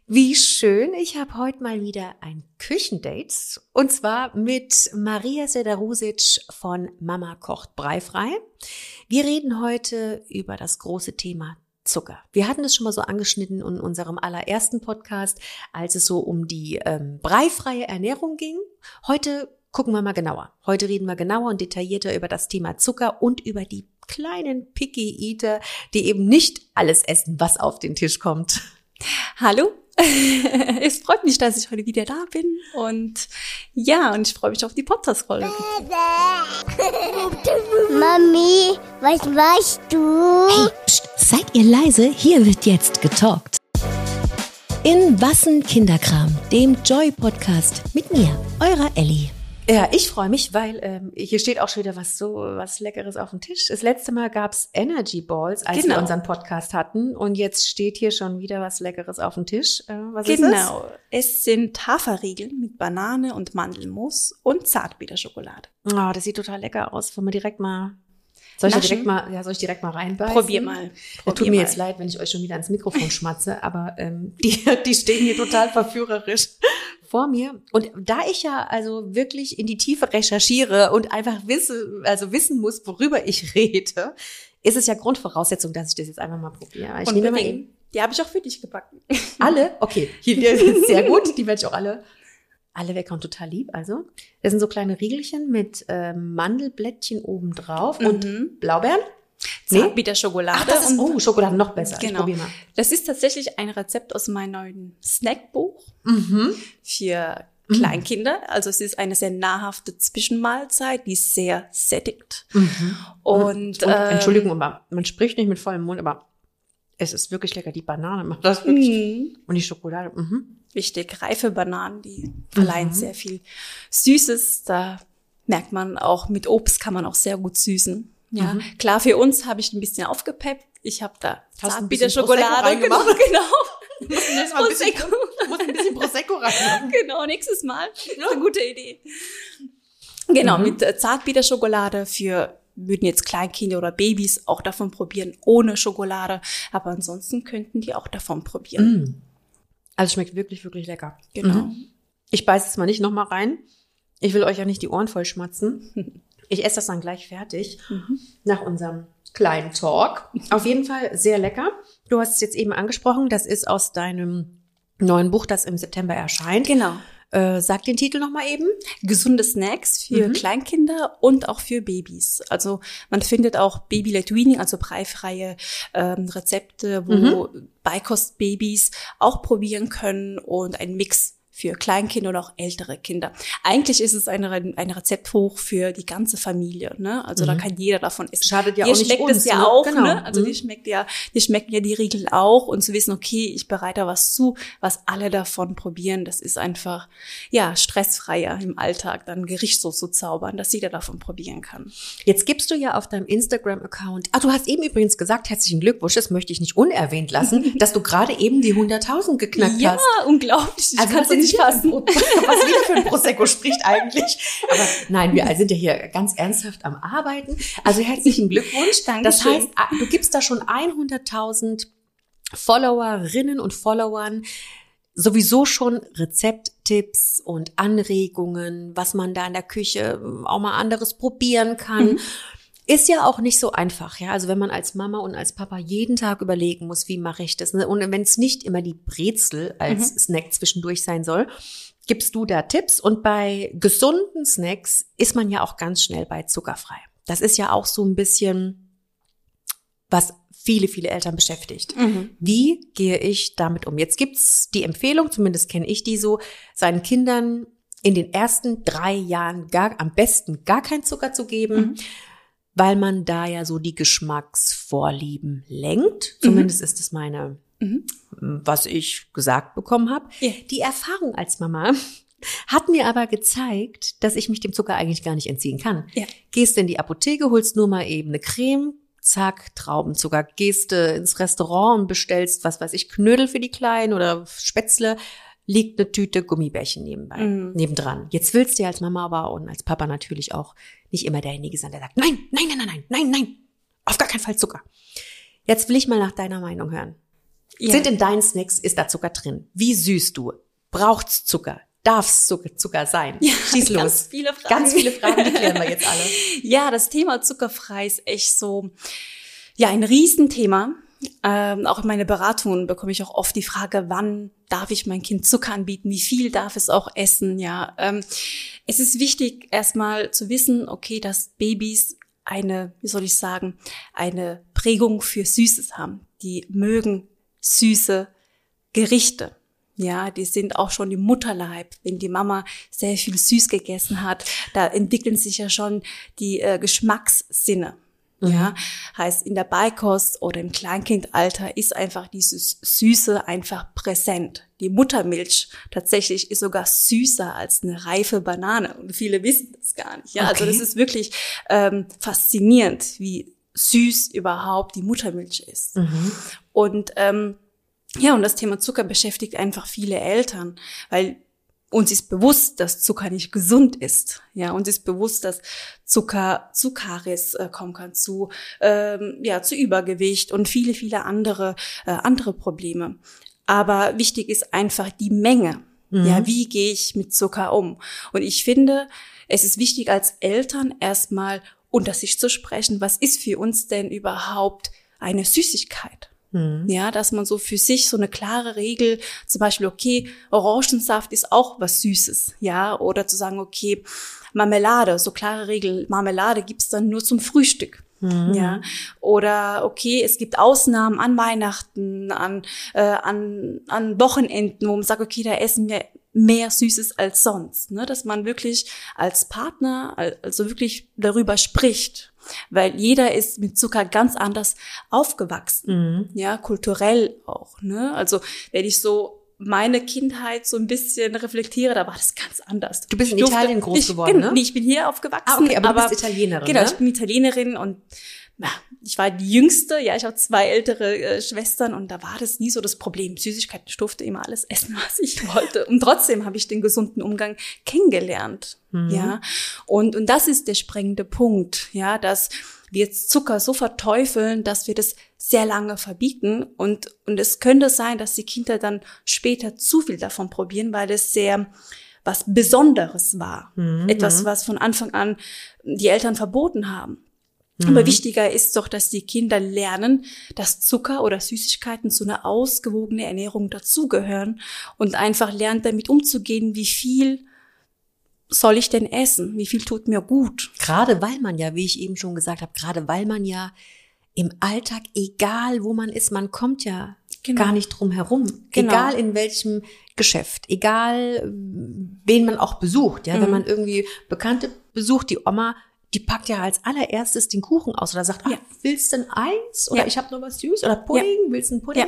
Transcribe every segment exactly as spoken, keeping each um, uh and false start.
Wie schön, ich habe heute mal wieder ein Küchendate und zwar mit Maria Sedarusic von Mama kocht breifrei. Wir reden heute über das große Thema Zucker. Wir hatten es schon mal so angeschnitten in unserem allerersten Podcast, als es so um die ähm, breifreie Ernährung ging. Heute gucken wir mal genauer. Heute reden wir genauer und detaillierter über das Thema Zucker und über die kleinen Picky Eater, die eben nicht alles essen, was auf den Tisch kommt. Hallo, es freut mich, dass ich heute wieder da bin und ja, und ich freue mich auf die Podcast-Folge. Mami, was machst du? Hey, pst, seid ihr leise, hier wird jetzt getalkt. In Wassen Kinderkram, dem Joy-Podcast mit mir, eurer Elli. Ja, ich freue mich, weil ähm, hier steht auch schon wieder was so was Leckeres auf dem Tisch. Das letzte Mal gab's Energy Balls, als genau. wir unseren Podcast hatten. Und jetzt steht hier schon wieder was Leckeres auf dem Tisch. Äh, was genau. ist Genau, es sind Haferriegel mit Banane und Mandelmus und Zartbitterschokolade. Oh, das sieht total lecker aus. Wollen wir direkt mal... Soll ich, da direkt mal, ja, soll ich direkt mal reinbeißen? Probier mal. Probier Tut mir mal. jetzt leid, wenn ich euch schon wieder ans Mikrofon schmatze, aber ähm, die, die stehen hier total verführerisch vor mir. Und da ich ja also wirklich in die Tiefe recherchiere und einfach wisse, also wissen muss, worüber ich rede, ist es ja Grundvoraussetzung, dass ich das jetzt einfach mal probiere. Ich und nehme mal bewegen. eben. Die habe ich auch für dich gebacken. Alle? Okay, hier, hier ist sehr gut. Die werde ich auch alle... Alle weghauen, total lieb. Also, das sind so kleine Riegelchen mit ähm, Mandelblättchen oben drauf mhm. und Blaubeeren. Nee? Zartbitterschokolade. Ach, das ist, oh, Schokolade noch besser. Genau. Ich probier mal. Das ist tatsächlich ein Rezept aus meinem neuen Snackbuch Mhm. für Kleinkinder. Also es ist eine sehr nahrhafte Zwischenmahlzeit, die sehr sättigt. Mhm. Und, und ähm, Entschuldigung, aber man spricht nicht mit vollem Mund, aber es ist wirklich lecker. Die Banane macht das wirklich. Mhm. Und die Schokolade. Mhm. Wichtig, reife Bananen, die verleihen Mhm. sehr viel Süßes. Da merkt man auch, mit Obst kann man auch sehr gut süßen. Ja, Mhm. klar, für uns habe ich ein bisschen aufgepeppt. Ich habe da Hast ein bisschen Zartbitterschokolade. Prosecco Genau, genau. Du musst nächstes Mal ein bisschen, Prosecco. du musst ein bisschen Prosecco rein. Genau, nächstes Mal. Das ist eine gute Idee. Genau, Mhm. mit äh, Zartbitterschokolade für würden jetzt Kleinkinder oder Babys auch davon probieren, ohne Schokolade. Aber ansonsten könnten die auch davon probieren. Mhm. Also schmeckt wirklich, wirklich lecker. Genau. Mhm. Ich beiße es mal nicht nochmal rein. Ich will euch ja nicht die Ohren voll schmatzen. Ich esse das dann gleich fertig Mhm. nach unserem kleinen Talk. Auf jeden Fall sehr lecker. Du hast es jetzt eben angesprochen. Das ist aus deinem neuen Buch, das im September erscheint. Genau. Äh, sag den Titel nochmal eben. Gesunde Snacks für Mhm. Kleinkinder und auch für Babys. Also man findet auch Baby-led Weaning, also breifreie ähm, Rezepte, wo Mhm. Beikostbabys auch probieren können und ein Mix für Kleinkinder und auch ältere Kinder. Eigentlich ist es eine, ein Rezeptbuch für die ganze Familie, ne? Also Mhm. da kann jeder davon essen. Schadet ja Dir auch nicht schmeckt uns, es ja ne? auch, Genau. ne? Also Mhm. die schmeckt ja, die schmecken ja die Riegel auch und zu wissen, okay, ich bereite was zu, was alle davon probieren, das ist einfach, ja, stressfreier im Alltag, dann ein Gericht so zu zaubern, dass jeder davon probieren kann. Jetzt gibst du ja auf deinem Instagram-Account, ah, du hast eben übrigens gesagt, herzlichen Glückwunsch, das möchte ich nicht unerwähnt lassen, dass du gerade eben die hunderttausend geknackt Ja, hast. unglaublich. Ich Also kann es was nicht wieder fassen. für ein- was wieder für ein Prosecco spricht eigentlich. Aber nein, wir sind ja hier ganz ernsthaft am Arbeiten. Also herzlichen Glückwunsch. Das Dankeschön. heißt, du gibst da schon hunderttausend Followerinnen und Followern sowieso schon Rezepttipps und Anregungen, was man da in der Küche auch mal anderes probieren kann. Mhm. Ist ja auch nicht so einfach, ja. Also wenn man als Mama und als Papa jeden Tag überlegen muss, wie mache ich das, ne? Und wenn es nicht immer die Brezel als Mhm. Snack zwischendurch sein soll, gibst du da Tipps. Und bei gesunden Snacks ist man ja auch ganz schnell bei zuckerfrei. Das ist ja auch so ein bisschen, was viele, viele Eltern beschäftigt. Mhm. Wie gehe ich damit um? Jetzt gibt's die Empfehlung, zumindest kenne ich die so, seinen Kindern in den ersten drei Jahren gar, am besten gar keinen Zucker zu geben, Mhm. weil man da ja so die Geschmacksvorlieben lenkt. Zumindest ist es meine, Mhm. was ich gesagt bekommen habe. Ja. Die Erfahrung als Mama hat mir aber gezeigt, dass ich mich dem Zucker eigentlich gar nicht entziehen kann. Ja. Gehst in die Apotheke, holst nur mal eben eine Creme, zack, Traubenzucker. Gehst äh, ins Restaurant und bestellst, was weiß ich, Knödel für die Kleinen oder Spätzle, liegt eine Tüte Gummibärchen nebenbei, Mhm. nebendran. Jetzt willst du ja als Mama aber und als Papa natürlich auch nicht immer derjenige sein, der sagt, nein, nein, nein, nein, nein, nein, nein, auf gar keinen Fall Zucker. Jetzt will ich mal nach deiner Meinung hören. Ja. Sind in deinen Snacks, ist da Zucker drin? Wie süß du? Braucht's Zucker? Darf's Zucker, Zucker sein? Ja, Schieß los. Ganz viele Fragen. Ganz viele Fragen, die klären wir jetzt alle. Ja, das Thema zuckerfrei ist echt so, ja, ein Riesenthema. Ähm, auch in meinen Beratungen bekomme ich auch oft die Frage, wann darf ich mein Kind Zucker anbieten? Wie viel darf es auch essen? Ja, ähm, es ist wichtig, erstmal zu wissen, okay, dass Babys eine, wie soll ich sagen, eine Prägung für Süßes haben. Die mögen süße Gerichte. Ja, die sind auch schon im Mutterleib. Wenn die Mama sehr viel süß gegessen hat, da entwickeln sich ja schon die äh, Geschmackssinne. Mhm. Ja, heißt in der Beikost oder im Kleinkindalter ist einfach dieses Süße einfach präsent. Die Muttermilch tatsächlich ist sogar süßer als eine reife Banane und viele wissen das gar nicht. Ja, okay. Also das ist wirklich ähm, faszinierend, wie süß überhaupt die Muttermilch ist. Mhm. Und ähm, ja, und das Thema Zucker beschäftigt einfach viele Eltern, weil uns ist bewusst, dass Zucker nicht gesund ist. Ja, uns ist bewusst, dass Zucker zu Karies äh, kommen kann, zu ähm, ja zu Übergewicht und viele, viele andere äh, andere Probleme. Aber wichtig ist einfach die Menge. Mhm. Ja, wie gehe ich mit Zucker um? Und ich finde, es ist wichtig als Eltern erstmal unter sich zu sprechen, was ist für uns denn überhaupt eine Süßigkeit? Ja, dass man so für sich so eine klare Regel, zum Beispiel, okay, Orangensaft ist auch was Süßes, ja, oder zu sagen, okay, Marmelade, so klare Regel, Marmelade gibt's dann nur zum Frühstück, mhm. ja, oder okay, es gibt Ausnahmen an Weihnachten, an äh, an an Wochenenden, wo man sagt, okay, da essen wir mehr Süßes als sonst, ne, dass man wirklich als Partner, also wirklich darüber spricht. Weil jeder ist mit Zucker ganz anders aufgewachsen, mhm. ja, kulturell auch, ne? Also wenn ich so meine Kindheit so ein bisschen reflektiere, da war das ganz anders. Du bist in durfte, Italien groß ich, geworden, ne? Nee, ich bin hier aufgewachsen. Ah, okay, aber, aber du bist Italienerin, Genau, ne? ich bin Italienerin und ja, ich war die Jüngste, ja, ich habe zwei ältere äh, Schwestern und da war das nie so das Problem. Süßigkeiten, ich durfte immer alles essen, was ich wollte. Und trotzdem habe ich den gesunden Umgang kennengelernt, mhm. ja. Und und das ist der springende Punkt, ja, dass wir jetzt Zucker so verteufeln, dass wir das sehr lange verbieten und und es könnte sein, dass die Kinder dann später zu viel davon probieren, weil es sehr was Besonderes war, mhm. etwas, was von Anfang an die Eltern verboten haben. Mhm. Aber wichtiger ist doch, dass die Kinder lernen, dass Zucker oder Süßigkeiten zu einer ausgewogenen Ernährung dazugehören und einfach lernen, damit umzugehen, wie viel soll ich denn essen? Wie viel tut mir gut? Gerade weil man ja, wie ich eben schon gesagt habe, gerade weil man ja im Alltag, egal wo man ist, man kommt ja genau. gar nicht drum herum. Genau. Egal in welchem Geschäft, egal wen man auch besucht. Ja, mhm. wenn man irgendwie Bekannte besucht, die Oma, die packt ja als allererstes den Kuchen aus oder sagt, ja. ach, willst du ein Eis? Oder ja. ich habe noch was süß oder Pudding, ja. willst du einen Pudding? Ja.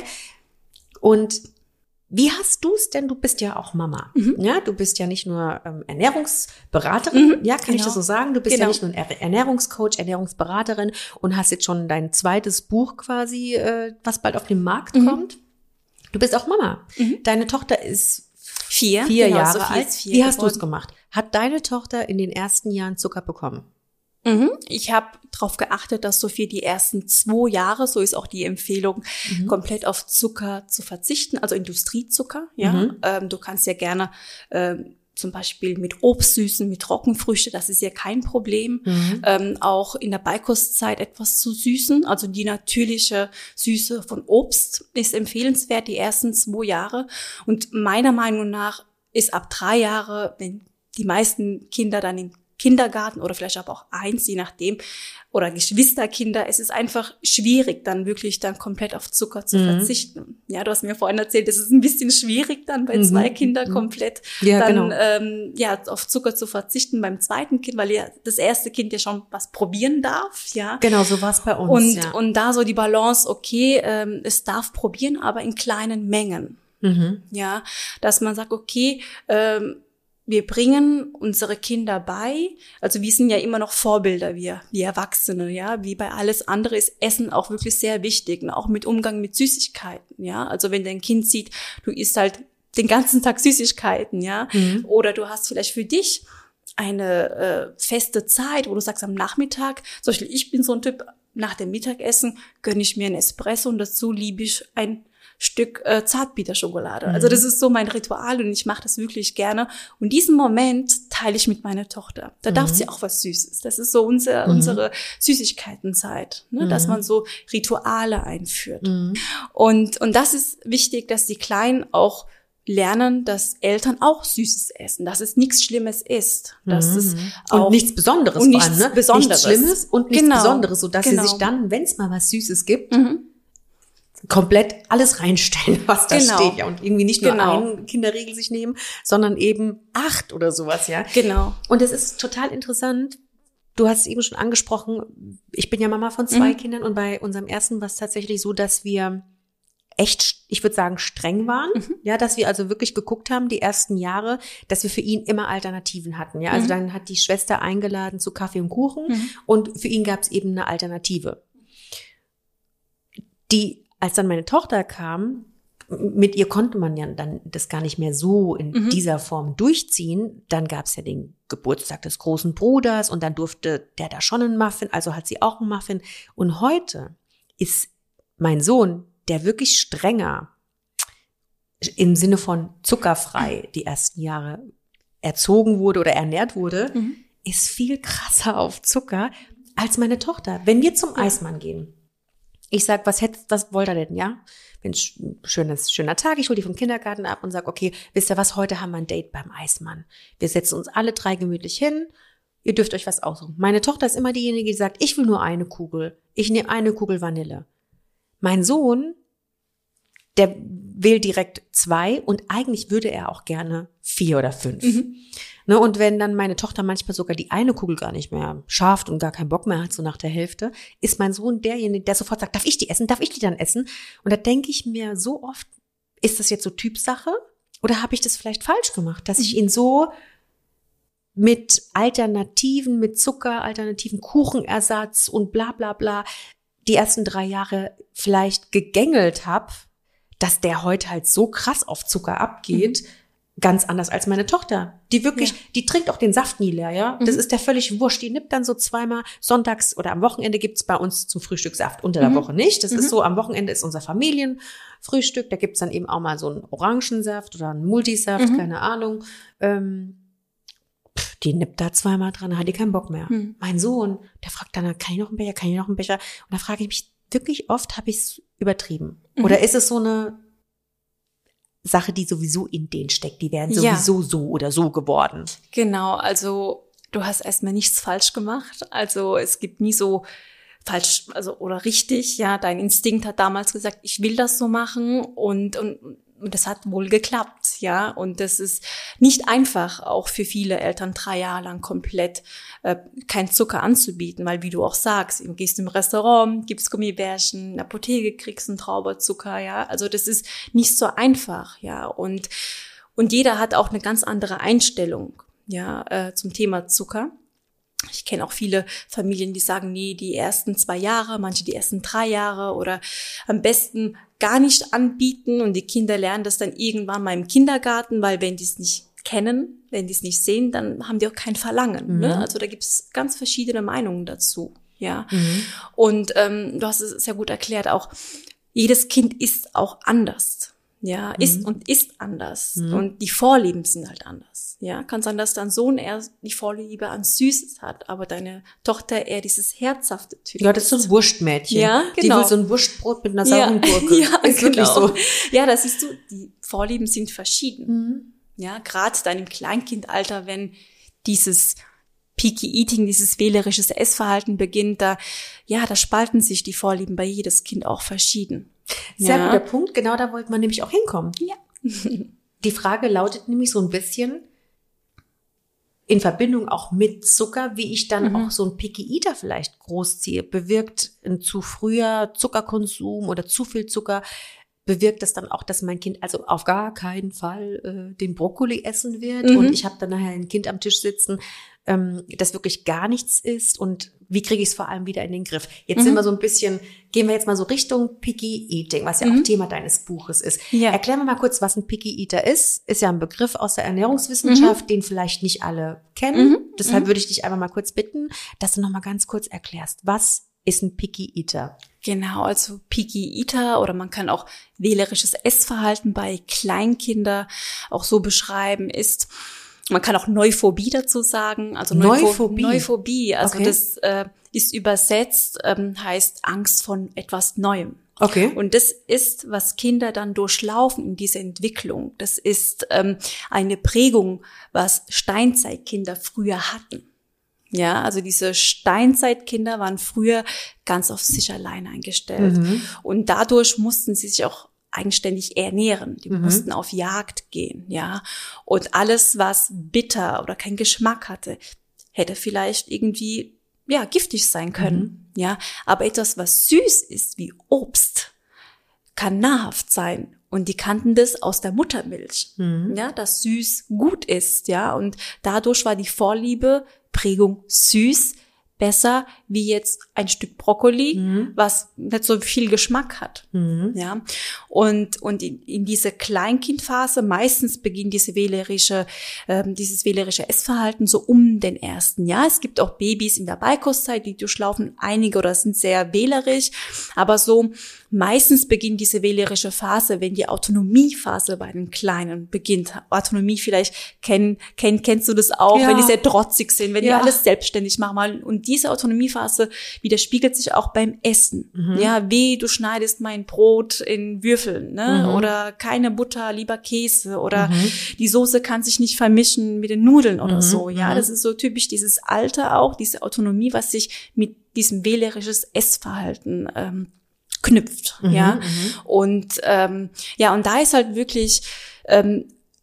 Und wie hast du es denn? Du bist ja auch Mama. Mhm. Ja, du bist ja nicht nur ähm, Ernährungsberaterin, mhm, ja, kann genau. ich das so sagen? Du bist genau. ja nicht nur ein Ernährungscoach, Ernährungsberaterin und hast jetzt schon dein zweites Buch quasi, äh, was bald auf den Markt mhm. kommt. Du bist auch Mama. Mhm. Deine Tochter ist vier, vier genau, Jahre Sophie alt. ist vier Wie hast du geworden. es gemacht? Hat deine Tochter in den ersten Jahren Zucker bekommen? Mhm. Ich habe darauf geachtet, dass Sophie die ersten zwei Jahre, so ist auch die Empfehlung, mhm. komplett auf Zucker zu verzichten, also Industriezucker. Ja, mhm. ähm, du kannst ja gerne ähm, zum Beispiel mit Obstsüßen, mit Trockenfrüchte, das ist ja kein Problem. Mhm. Ähm, auch in der Beikostzeit etwas zu süßen, also die natürliche Süße von Obst ist empfehlenswert, die ersten zwei Jahre. Und meiner Meinung nach ist ab drei Jahre, wenn die meisten Kinder dann im Kindergarten oder vielleicht aber auch eins, je nachdem, oder Geschwisterkinder, es ist einfach schwierig, dann wirklich dann komplett auf Zucker zu mhm. verzichten. Ja, du hast mir vorhin erzählt, es ist ein bisschen schwierig dann bei mhm. zwei Kindern komplett ja, dann genau. ähm, ja auf Zucker zu verzichten beim zweiten Kind, weil ja das erste Kind ja schon was probieren darf, ja. Genau, so war es bei uns. Und ja. und da so die Balance, okay, ähm, es darf probieren, aber in kleinen Mengen. Mhm. Ja, dass man sagt, okay, ähm, wir bringen unsere Kinder bei, also wir sind ja immer noch Vorbilder, wir, wir Erwachsene, ja, wie bei alles andere ist Essen auch wirklich sehr wichtig, und auch mit Umgang mit Süßigkeiten, ja, also wenn dein Kind sieht, du isst halt den ganzen Tag Süßigkeiten, ja, mhm. oder du hast vielleicht für dich eine äh, feste Zeit, wo du sagst am Nachmittag, zum Beispiel ich bin so ein Typ, nach dem Mittagessen gönne ich mir einen Espresso und dazu liebe ich ein Stück äh, Zartbitterschokolade. Mhm. Also das ist so mein Ritual und ich mache das wirklich gerne. Und diesen Moment teile ich mit meiner Tochter. Da mhm. darf sie auch was Süßes. Das ist so unser, mhm. unsere Süßigkeitenzeit, ne? Mhm. dass man so Rituale einführt. Mhm. Und, und das ist wichtig, dass die Kleinen auch lernen, dass Eltern auch Süßes essen, dass es nichts Schlimmes ist. Dass mhm. es auch und nichts Besonderes und vor allem, nichts ne? Besonderes. Nichts Schlimmes und nichts genau. Besonderes, sodass genau. sie sich dann, wenn es mal was Süßes gibt, mhm. komplett alles reinstellen, was da genau. steht. Ja, und irgendwie nicht nur genau. eine Kinderregel sich nehmen, sondern eben acht oder sowas, ja. Genau. Und es ist total interessant. Du hast es eben schon angesprochen. Ich bin ja Mama von zwei mhm. Kindern und bei unserem ersten war es tatsächlich so, dass wir echt, ich würde sagen, streng waren. Mhm. Ja, dass wir also wirklich geguckt haben, die ersten Jahre, dass wir für ihn immer Alternativen hatten. Ja, also mhm. dann hat die Schwester eingeladen zu Kaffee und Kuchen mhm. und für ihn gab es eben eine Alternative. Die, als dann meine Tochter kam, mit ihr konnte man ja dann das gar nicht mehr so in mhm. dieser Form durchziehen. Dann gab es ja den Geburtstag des großen Bruders und dann durfte der da schon einen Muffin, also hat sie auch einen Muffin. Und heute ist mein Sohn, der wirklich strenger im Sinne von zuckerfrei die ersten Jahre erzogen wurde oder ernährt wurde, mhm. ist viel krasser auf Zucker als meine Tochter. Wenn wir zum Eismann gehen, ich sag, was hättest, was wollt ihr denn, ja? Wenn schönes, schöner Tag, ich hole die vom Kindergarten ab und sag, okay, wisst ihr was, heute haben wir ein Date beim Eismann. Wir setzen uns alle drei gemütlich hin, ihr dürft euch was aussuchen. Meine Tochter ist immer diejenige, die sagt, ich will nur eine Kugel, ich nehme eine Kugel Vanille. Mein Sohn, der wählt direkt zwei und eigentlich würde er auch gerne vier oder fünf. Mhm. Ne, und wenn dann meine Tochter manchmal sogar die eine Kugel gar nicht mehr schafft und gar keinen Bock mehr hat, so nach der Hälfte, ist mein Sohn derjenige, der sofort sagt, darf ich die essen, darf ich die dann essen? Und da denke ich mir so oft, ist das jetzt so Typsache oder habe ich das vielleicht falsch gemacht, dass ich ihn so mit Alternativen, mit Zucker, alternativen Kuchenersatz und bla bla bla die ersten drei Jahre vielleicht gegängelt habe, dass der heute halt so krass auf Zucker abgeht, mhm. ganz anders als meine Tochter. Die wirklich, ja. die trinkt auch den Saft nie leer, ja. Mhm. Das ist der völlig wurscht. Die nippt dann so zweimal sonntags oder am Wochenende gibt's bei uns zum Frühstück Saft, unter der mhm. Woche nicht. Das mhm. ist so, am Wochenende ist unser Familienfrühstück. Da gibt's dann eben auch mal so einen Orangensaft oder einen Multisaft, mhm. keine Ahnung. Ähm, pff, die nippt da zweimal dran, hat die keinen Bock mehr. Mhm. Mein Sohn, der fragt dann, kann ich noch einen Becher, kann ich noch einen Becher? Und da frage ich mich wirklich oft, habe ich es übertrieben? Mhm. Oder ist es so eine Sache, die sowieso in denen steckt, die wären sowieso ja. so oder so geworden? Genau, also du hast erstmal nichts falsch gemacht. Also es gibt nie so falsch, also oder richtig, ja, dein Instinkt hat damals gesagt, ich will das so machen und und Und das hat wohl geklappt, ja. Und das ist nicht einfach, auch für viele Eltern drei Jahre lang komplett äh, kein Zucker anzubieten, weil wie du auch sagst, du gehst im Restaurant, gibst Gummibärchen, in der Apotheke kriegst einen Traubenzucker, ja. Also das ist nicht so einfach, ja. Und und jeder hat auch eine ganz andere Einstellung, ja, äh, zum Thema Zucker. Ich kenne auch viele Familien, die sagen, nee, die ersten zwei Jahre, manche die ersten drei Jahre oder am besten gar nicht anbieten und die Kinder lernen das dann irgendwann mal im Kindergarten, weil wenn die es nicht kennen, wenn die es nicht sehen, dann haben die auch kein Verlangen. Mhm. Ne? Also da gibt es ganz verschiedene Meinungen dazu. Ja. Mhm. Und ähm, du hast es sehr gut erklärt, auch jedes Kind ist auch anders. Ja, ist mhm. und ist anders. Mhm. Und die Vorlieben sind halt anders. Ja, kann sein, dass dein Sohn eher die Vorliebe an Süßes hat, aber deine Tochter eher dieses herzhafte Typ. Ja, das ist so ein Wurstmädchen. Ja, genau. Die will so ein Wurstbrot mit einer sauren ja. Gurke. Ja, ist genau. wirklich so. Ja, das siehst du, die Vorlieben sind verschieden. Mhm. Ja, gerade deinem Kleinkindalter, wenn dieses Picky Eating, dieses wählerisches Essverhalten beginnt, da, ja, da spalten sich die Vorlieben bei jedes Kind auch verschieden. Sehr ja. guter Punkt, genau da wollte man nämlich auch hinkommen. Ja. Die Frage lautet nämlich so ein bisschen in Verbindung auch mit Zucker, wie ich dann mhm. auch so ein Picky Eater vielleicht großziehe. Bewirkt ein zu früher Zuckerkonsum oder zu viel Zucker, bewirkt das dann auch, dass mein Kind also auf gar keinen Fall äh, den Brokkoli essen wird. Mhm. Und ich habe dann nachher ein Kind am Tisch sitzen, ähm, das wirklich gar nichts isst. Und wie kriege ich es vor allem wieder in den Griff? Jetzt mhm. sind wir so ein bisschen, gehen wir jetzt mal so Richtung Picky Eating, was ja mhm. auch Thema deines Buches ist. Ja. Erklär mir mal kurz, was ein Picky Eater ist. Ist ja ein Begriff aus der Ernährungswissenschaft, mhm. den vielleicht nicht alle kennen. Mhm. Deshalb mhm. würde ich dich einfach mal kurz bitten, dass du noch mal ganz kurz erklärst, was ist ein Picky Eater? Genau, also Picky Eater oder man kann auch wählerisches Essverhalten bei Kleinkindern auch so beschreiben, ist, man kann auch Neuphobie dazu sagen. Also Neuphobie? Neuphobie, also okay. das äh, ist übersetzt, ähm, heißt Angst von etwas Neuem. Okay. Und das ist, was Kinder dann durchlaufen in dieser Entwicklung. Das ist ähm, eine Prägung, was Steinzeitkinder früher hatten. Ja, also diese Steinzeitkinder waren früher ganz auf sich allein eingestellt. Mhm. Und dadurch mussten sie sich auch eigenständig ernähren. Die mhm. mussten auf Jagd gehen, ja. Und alles, was bitter oder keinen Geschmack hatte, hätte vielleicht irgendwie, ja, giftig sein können, mhm. ja. Aber etwas, was süß ist, wie Obst, kann nahrhaft sein. Und die kannten das aus der Muttermilch, mhm. ja, dass süß gut ist, ja. Und dadurch war die Vorliebe, Prägung süß, besser wie jetzt ein Stück Brokkoli, mhm. was nicht so viel Geschmack hat. Mhm. Ja. Und, und in, in diese Kleinkindphase, meistens beginnt diese wählerische, ähm, dieses wählerische Essverhalten so um den ersten Jahr. Es gibt auch Babys in der Beikostzeit, die durchlaufen einige oder sind sehr wählerisch. Aber so meistens beginnt diese wählerische Phase, wenn die Autonomiephase bei den Kleinen beginnt. Autonomie vielleicht kenn, kenn, kennst du das auch, ja. wenn die sehr trotzig sind, wenn ja. die alles selbstständig machen. Und diese Autonomiephase widerspiegelt sich auch beim Essen. Mhm. Ja, wie du schneidest mein Brot in Würfeln, ne? Mhm. Oder keine Butter, lieber Käse. Oder mhm. die Soße kann sich nicht vermischen mit den Nudeln oder mhm. so. Ja, das ist so typisch dieses Alter auch, diese Autonomie, was sich mit diesem wählerisches Essverhalten ähm, knüpft. Mhm. Ja, mhm. und ähm, ja, und da ist halt wirklich ähm,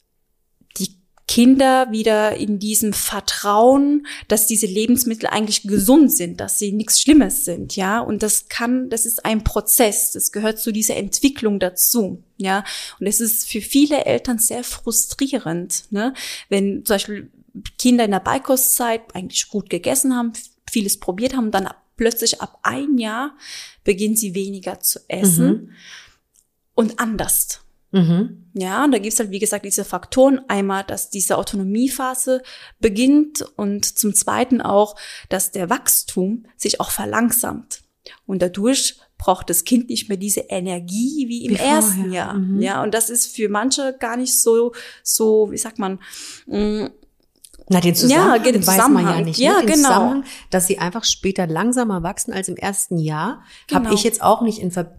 Kinder wieder in diesem Vertrauen, dass diese Lebensmittel eigentlich gesund sind, dass sie nichts Schlimmes sind, ja. Und das kann, das ist ein Prozess, das gehört zu dieser Entwicklung dazu, ja. Und es ist für viele Eltern sehr frustrierend, ne, wenn zum Beispiel Kinder in der Beikostzeit eigentlich gut gegessen haben, vieles probiert haben, dann plötzlich ab ein Jahr beginnen sie weniger zu essen mhm. und anders. Mhm. Ja, und da gibt's halt, wie gesagt, diese Faktoren. Einmal, dass diese Autonomiephase beginnt und zum Zweiten auch, dass der Wachstum sich auch verlangsamt. Und dadurch braucht das Kind nicht mehr diese Energie wie im wie ersten vorher. Jahr. Mhm. Ja, und das ist für manche gar nicht so, so, wie sagt man, mh, Na, den Zusammenhang, ja, den weiß Zusammenhang. man ja nicht. Ja, ne? Den genau. Zusammenhang, dass sie einfach später langsamer wachsen als im ersten Jahr, genau. habe ich jetzt auch nicht in Verbindung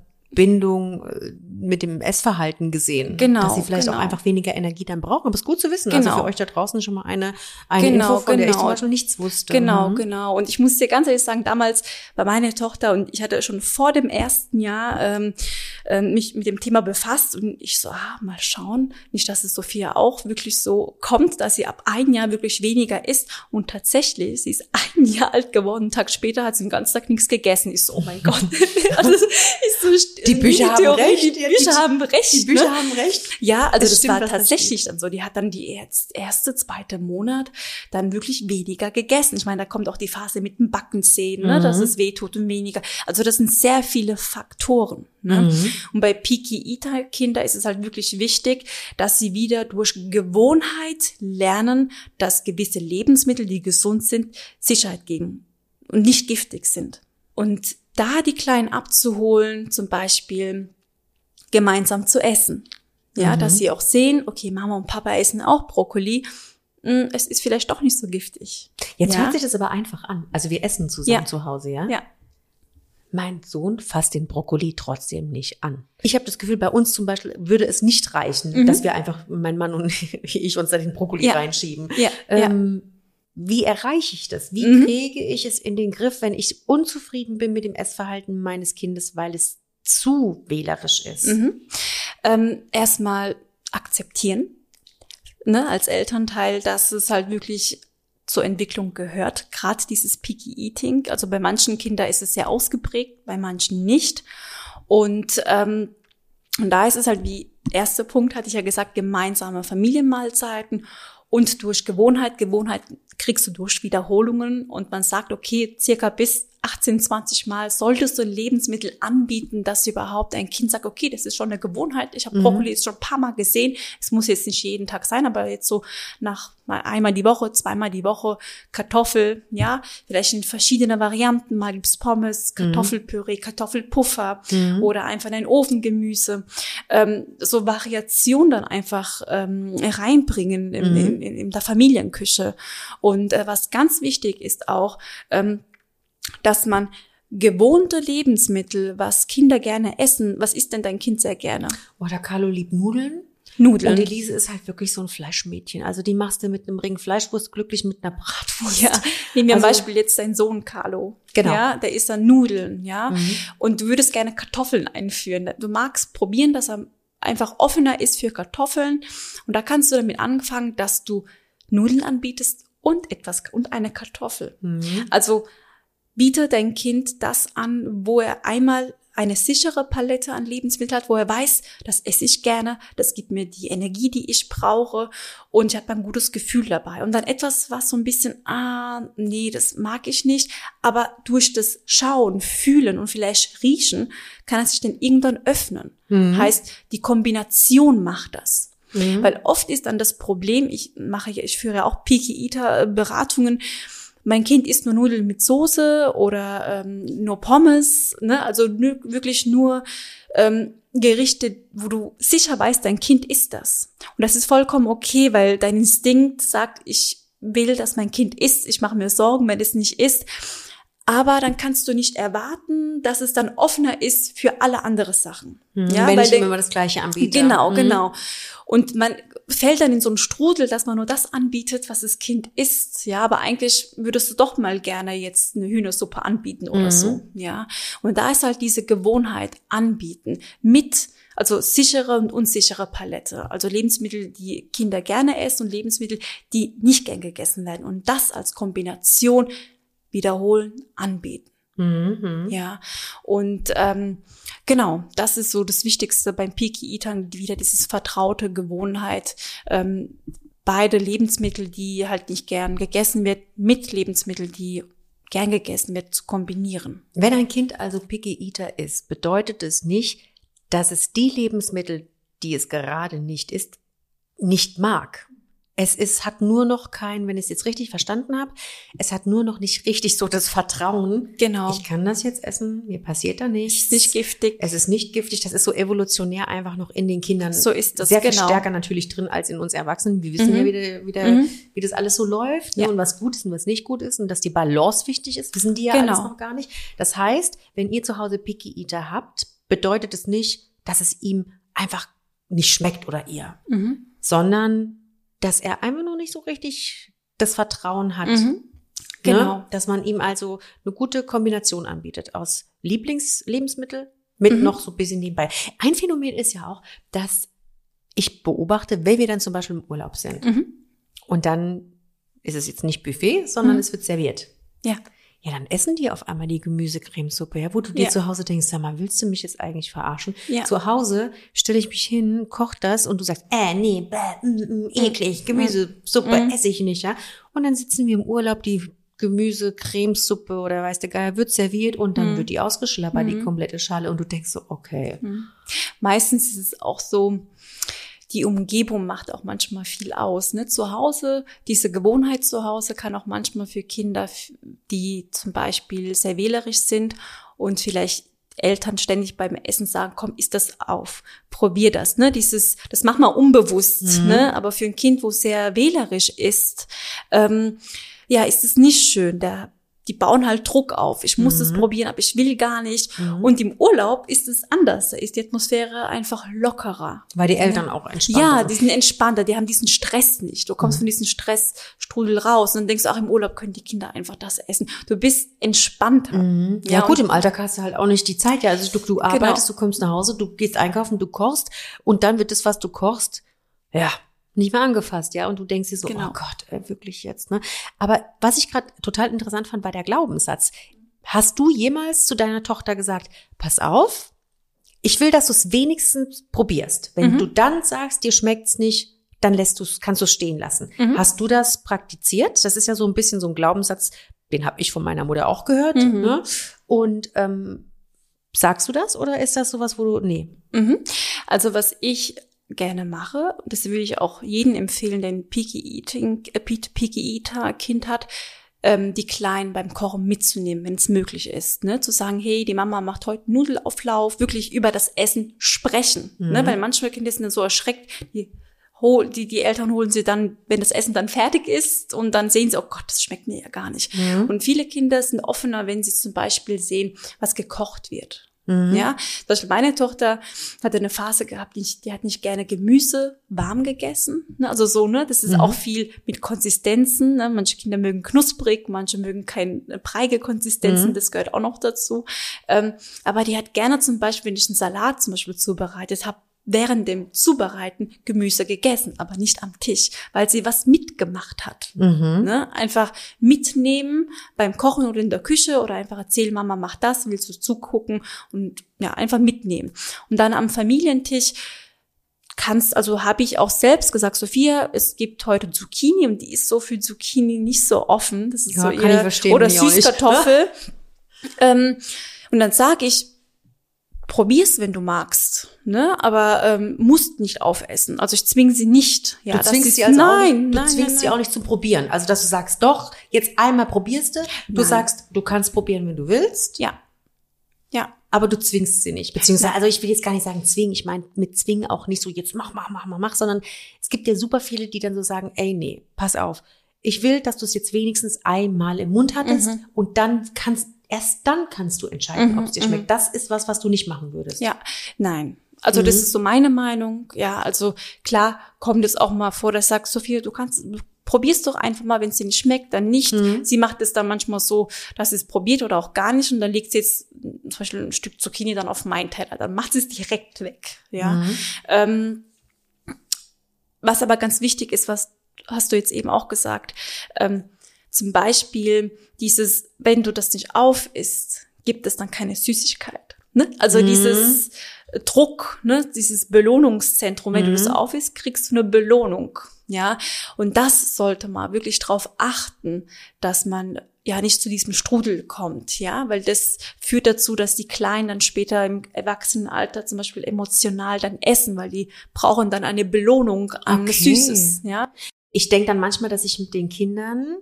mit dem Essverhalten gesehen, genau, dass sie vielleicht genau. auch einfach weniger Energie dann brauchen. Aber es ist gut zu wissen. Genau. Also für euch da draußen schon mal eine, eine genau, Info, von genau. der ich zum Beispiel nichts wusste. Genau, mhm. genau. Und ich muss dir ganz ehrlich sagen, damals bei meiner Tochter, und ich hatte schon vor dem ersten Jahr ähm, äh, mich mit dem Thema befasst und ich so, ah, mal schauen, nicht, dass es Sophia auch wirklich so kommt, dass sie ab ein Jahr wirklich weniger isst. Und tatsächlich, sie ist ein Jahr alt geworden, einen Tag später hat sie den ganzen Tag nichts gegessen. Ich so, oh mein Gott. Also, ich so, die Bücher haben Theorie, recht. Die Bücher die, haben recht. Die Bücher ne? haben recht. Ja, also es das stimmt, war tatsächlich dann so. Die hat dann die erste, zweite Monat dann wirklich weniger gegessen. Ich meine, da kommt auch die Phase mit dem Backenzähnen, ne, mhm. dass es weh tut und weniger. Also das sind sehr viele Faktoren. Ne? Mhm. Und bei Picky Eater Kinder ist es halt wirklich wichtig, dass sie wieder durch Gewohnheit lernen, dass gewisse Lebensmittel, die gesund sind, Sicherheit geben und nicht giftig sind. Und da die Kleinen abzuholen, zum Beispiel gemeinsam zu essen. Ja, mhm. dass sie auch sehen, okay, Mama und Papa essen auch Brokkoli. Es ist vielleicht doch nicht so giftig. Jetzt ja? hört sich das aber einfach an. Also wir essen zusammen ja. zu Hause, ja? Ja. Mein Sohn fasst den Brokkoli trotzdem nicht an. Ich habe das Gefühl, bei uns zum Beispiel würde es nicht reichen, mhm. dass wir einfach, mein Mann und ich, uns da den Brokkoli ja. reinschieben. Ja. Ähm, ja. Wie erreiche ich das? Wie mhm. kriege ich es in den Griff, wenn ich unzufrieden bin mit dem Essverhalten meines Kindes, weil es zu wählerisch ist? Mhm. Ähm, erstmal akzeptieren, ne, als Elternteil, dass es halt wirklich zur Entwicklung gehört. Gerade dieses Picky Eating. Also bei manchen Kindern ist es sehr ausgeprägt, bei manchen nicht. Und, ähm, und da ist es halt wie erster Punkt, hatte ich ja gesagt, gemeinsame Familienmahlzeiten. Und durch Gewohnheit, Gewohnheit kriegst du durch Wiederholungen und man sagt, okay, circa bis achtzehn, zwanzig Mal solltest du ein Lebensmittel anbieten, dass überhaupt ein Kind sagt, okay, das ist schon eine Gewohnheit, ich habe Brokkoli jetzt schon ein paar Mal gesehen, es muss jetzt nicht jeden Tag sein, aber jetzt so nach mal einmal die Woche, zweimal die Woche Kartoffel, ja, vielleicht in verschiedene Varianten, mal gibt's Pommes, Kartoffelpüree, Kartoffelpuffer mhm. oder einfach ein Ofengemüse, ähm, so Variation dann einfach ähm, reinbringen in, mhm. in, in, in der Familienküche. Und äh, was ganz wichtig ist auch, ähm, dass man gewohnte Lebensmittel, was Kinder gerne essen, was isst denn dein Kind sehr gerne? Oh, der Carlo liebt Nudeln. Nudeln. Und Elise ist halt wirklich so ein Fleischmädchen. Also die machst du mit einem Ring Fleischwurst glücklich, mit einer Bratwurst. Ja, nehmen wir also, zum Beispiel jetzt deinen Sohn Carlo. Genau. Ja, der isst dann Nudeln, ja. Mhm. Und du würdest gerne Kartoffeln einführen. Du magst probieren, dass er einfach offener ist für Kartoffeln. Und da kannst du damit anfangen, dass du Nudeln anbietest und etwas, und eine Kartoffel. Mhm. Also biete dein Kind das an, wo er einmal eine sichere Palette an Lebensmitteln hat, wo er weiß, das esse ich gerne, das gibt mir die Energie, die ich brauche und ich habe ein gutes Gefühl dabei. Und dann etwas, was so ein bisschen, ah, nee, das mag ich nicht, aber durch das Schauen, Fühlen und vielleicht Riechen kann er sich dann irgendwann öffnen. Mhm. Heißt, die Kombination macht das. Mhm. Weil oft ist dann das Problem, ich mache ja, ich führe ja auch Picky Eater Beratungen, mein Kind isst nur Nudeln mit Soße oder ähm, nur Pommes, ne? Also n- wirklich nur ähm, Gerichte, wo du sicher weißt, dein Kind isst das. Und das ist vollkommen okay, weil dein Instinkt sagt, ich will, dass mein Kind isst, ich mache mir Sorgen, wenn es nicht isst. Aber dann kannst du nicht erwarten, dass es dann offener ist für alle andere Sachen. Mhm, ja, wenn weil ich der, ihm immer das Gleiche anbiete. Genau, mhm. genau. Und man fällt dann in so einen Strudel, dass man nur das anbietet, was das Kind isst. Ja, aber eigentlich würdest du doch mal gerne jetzt eine Hühnersuppe anbieten oder mhm. so. Ja, und da ist halt diese Gewohnheit anbieten mit, also sichere und unsichere Palette. Also Lebensmittel, die Kinder gerne essen und Lebensmittel, die nicht gern gegessen werden. Und das als Kombination wiederholen, anbieten. Mhm. Ja, und ähm, genau, das ist so das Wichtigste beim Picky Eatern, wieder dieses vertraute Gewohnheit, ähm, beide Lebensmittel, die halt nicht gern gegessen wird, mit Lebensmitteln, die gern gegessen wird, zu kombinieren. Wenn ein Kind also Picky Eater ist, bedeutet es nicht, dass es die Lebensmittel, die es gerade nicht isst, nicht mag. Es ist, hat nur noch kein, wenn ich es jetzt richtig verstanden habe, es hat nur noch nicht richtig so das Vertrauen. Genau. Ich kann das jetzt essen, mir passiert da nichts. Es ist nicht giftig. Es ist nicht giftig, das ist so evolutionär einfach noch in den Kindern. So ist das, sehr viel genau. stärker natürlich drin als in uns Erwachsenen. Wir wissen Mhm. ja, wie, der, wie, der, Mhm. wie das alles so läuft, ne? Ja. Und was gut ist und was nicht gut ist und dass die Balance wichtig ist, wissen die ja Genau. alles noch gar nicht. Das heißt, wenn ihr zu Hause Picky Eater habt, bedeutet es nicht, dass es ihm einfach nicht schmeckt oder ihr, Mhm. sondern dass er einfach nur nicht so richtig das Vertrauen hat. Mhm. Genau. Ne? Dass man ihm also eine gute Kombination anbietet aus Lieblingslebensmittel mit Mhm. noch so ein bisschen nebenbei. Ein Phänomen ist ja auch, dass ich beobachte, wenn wir dann zum Beispiel im Urlaub sind Mhm. und dann ist es jetzt nicht Buffet, sondern Mhm. es wird serviert. Ja. Ja, dann essen die auf einmal die Gemüsecremesuppe, ja, wo du dir Ja. zu Hause denkst, sag mal, willst du mich jetzt eigentlich verarschen? Ja. Zu Hause stelle ich mich hin, koch das und du sagst, äh, nee, bäh, mm, mm, eklig, Gemüsesuppe Mhm. esse ich nicht, ja. Und dann sitzen wir im Urlaub, die Gemüsecremesuppe oder weißt du, geil, wird serviert und dann Mhm. wird die ausgeschlappert, Mhm. die komplette Schale und du denkst so, okay. Meistens ist es auch so, die Umgebung macht auch manchmal viel aus. Ne? Zu Hause, diese Gewohnheit zu Hause kann auch manchmal für Kinder, die zum Beispiel sehr wählerisch sind und vielleicht Eltern ständig beim Essen sagen, komm, isst das auf, probier das. Ne? Dieses, das macht man unbewusst, Mhm. ne? Aber für ein Kind, wo sehr wählerisch ist, ähm, ja, ist es nicht schön. Der Die bauen halt Druck auf. Ich muss es Mhm. probieren, aber ich will gar nicht. Mhm. Und im Urlaub ist es anders. Da ist die Atmosphäre einfach lockerer. Weil die Eltern auch entspannt Ja, sind. die sind entspannter. Die haben diesen Stress nicht. Du kommst Mhm. von diesem Stressstrudel raus und dann denkst du, ach, im Urlaub können die Kinder einfach das essen. Du bist entspannter. Mhm. Ja, Ja, gut, und- im Alltag hast du halt auch nicht die Zeit. Ja, also du, du arbeitest, du kommst nach Hause, du gehst einkaufen, du kochst und dann wird das, was du kochst, ja, nicht mehr angefasst, ja. Und du denkst dir so, Genau. oh Gott, ey, wirklich jetzt, ne? Aber was ich gerade total interessant fand, war der Glaubenssatz. Hast du jemals zu deiner Tochter gesagt, pass auf, ich will, dass du es wenigstens probierst. Wenn Mhm. du dann sagst, dir schmeckt's nicht, dann lässt du's, kannst du es stehen lassen. Mhm. Hast du das praktiziert? Das ist ja so ein bisschen so ein Glaubenssatz, den habe ich von meiner Mutter auch gehört. Mhm. Ne? Und ähm, sagst du das oder ist das sowas, wo du, nee? Mhm. Also was ich gerne mache, das will ich auch jedem empfehlen, der ein Picky Eating, äh, Picky Eater Kind hat, ähm, die Kleinen beim Kochen mitzunehmen, wenn es möglich ist, ne, zu sagen, hey, die Mama macht heute Nudelauflauf, wirklich über das Essen sprechen, mhm. ne, weil manchmal Kinder sind so erschreckt, die Die, die Eltern holen sie dann, wenn das Essen dann fertig ist und dann sehen sie, oh Gott, das schmeckt mir ja gar nicht. Mhm. Und viele Kinder sind offener, wenn sie zum Beispiel sehen, was gekocht wird. Mhm. Ja, zum Beispiel meine Tochter hatte eine Phase gehabt, die, die hat nicht gerne Gemüse warm gegessen. Ne? Also so, ne, das ist mhm. auch viel mit Konsistenzen. Ne? Manche Kinder mögen knusprig, manche mögen keine breiige Konsistenzen, mhm. das gehört auch noch dazu. Ähm, aber die hat gerne zum Beispiel, wenn ich einen Salat zum Beispiel zubereitet habe, während dem Zubereiten Gemüse gegessen, aber nicht am Tisch, weil sie was mitgemacht hat. Mhm. Ne? Einfach mitnehmen beim Kochen oder in der Küche oder einfach erzählen, Mama, mach das, willst du zugucken und ja, einfach mitnehmen. Und dann am Familientisch kannst, also habe ich auch selbst gesagt, Sophia, es gibt heute Zucchini und die ist so für Zucchini nicht so offen. Das ist ja, so kann eher, ich verstehen, oder Süßkartoffel. ähm, und dann sage ich, probier's, wenn du magst, ne? Aber ähm, musst nicht aufessen. Also ich zwinge sie nicht. Ja, du zwingst ist, sie also nein, auch nicht, du nein, zwingst nein, sie nein. auch nicht zum Probieren. Also dass du sagst, doch, jetzt einmal probierst du. Du Nein. sagst, du kannst probieren, wenn du willst. Ja, ja. Aber du zwingst sie nicht. Beziehungsweise, also ich will jetzt gar nicht sagen zwingen. Ich meine mit zwingen auch nicht so, jetzt mach, mach, mach, mach, mach, sondern es gibt ja super viele, die dann so sagen, ey, nee, pass auf. Ich will, dass du es jetzt wenigstens einmal im Mund hattest mhm. und dann kannst Erst dann kannst du entscheiden, mhm, ob es dir schmeckt. Das ist was, was du nicht machen würdest. Ja, nein. Also mhm. das ist so meine Meinung. Ja, also klar kommt es auch mal vor, dass sagst, Sophia, du kannst, du probierst doch einfach mal, wenn es dir nicht schmeckt, dann nicht. Mhm. Sie macht es dann manchmal so, dass sie es probiert oder auch gar nicht und dann legt sie jetzt zum Beispiel ein Stück Zucchini dann auf meinen Teller. Dann macht sie es direkt weg. Ja. Mhm. Ähm, was aber ganz wichtig ist, was hast du jetzt eben auch gesagt, ähm, zum Beispiel dieses, wenn du das nicht aufisst, gibt es dann keine Süßigkeit. Ne? Also mhm. dieses Druck, ne? Dieses Belohnungszentrum, wenn mhm. du das aufisst, kriegst du eine Belohnung. Ja, und das sollte man wirklich drauf achten, dass man ja nicht zu diesem Strudel kommt, ja, weil das führt dazu, dass die Kleinen dann später im Erwachsenenalter zum Beispiel emotional dann essen, weil die brauchen dann eine Belohnung an okay. Süßes. Ja, ich denke dann manchmal, dass ich mit den Kindern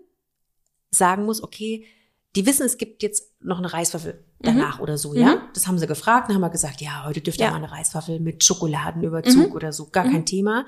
sagen muss, okay, die wissen, es gibt jetzt noch eine Reiswaffel danach mhm. oder so, ja? Mhm. Das haben sie gefragt, dann haben wir gesagt, ja, heute dürft ihr ja. mal eine Reiswaffel mit Schokoladenüberzug mhm. oder so, gar mhm. kein Thema.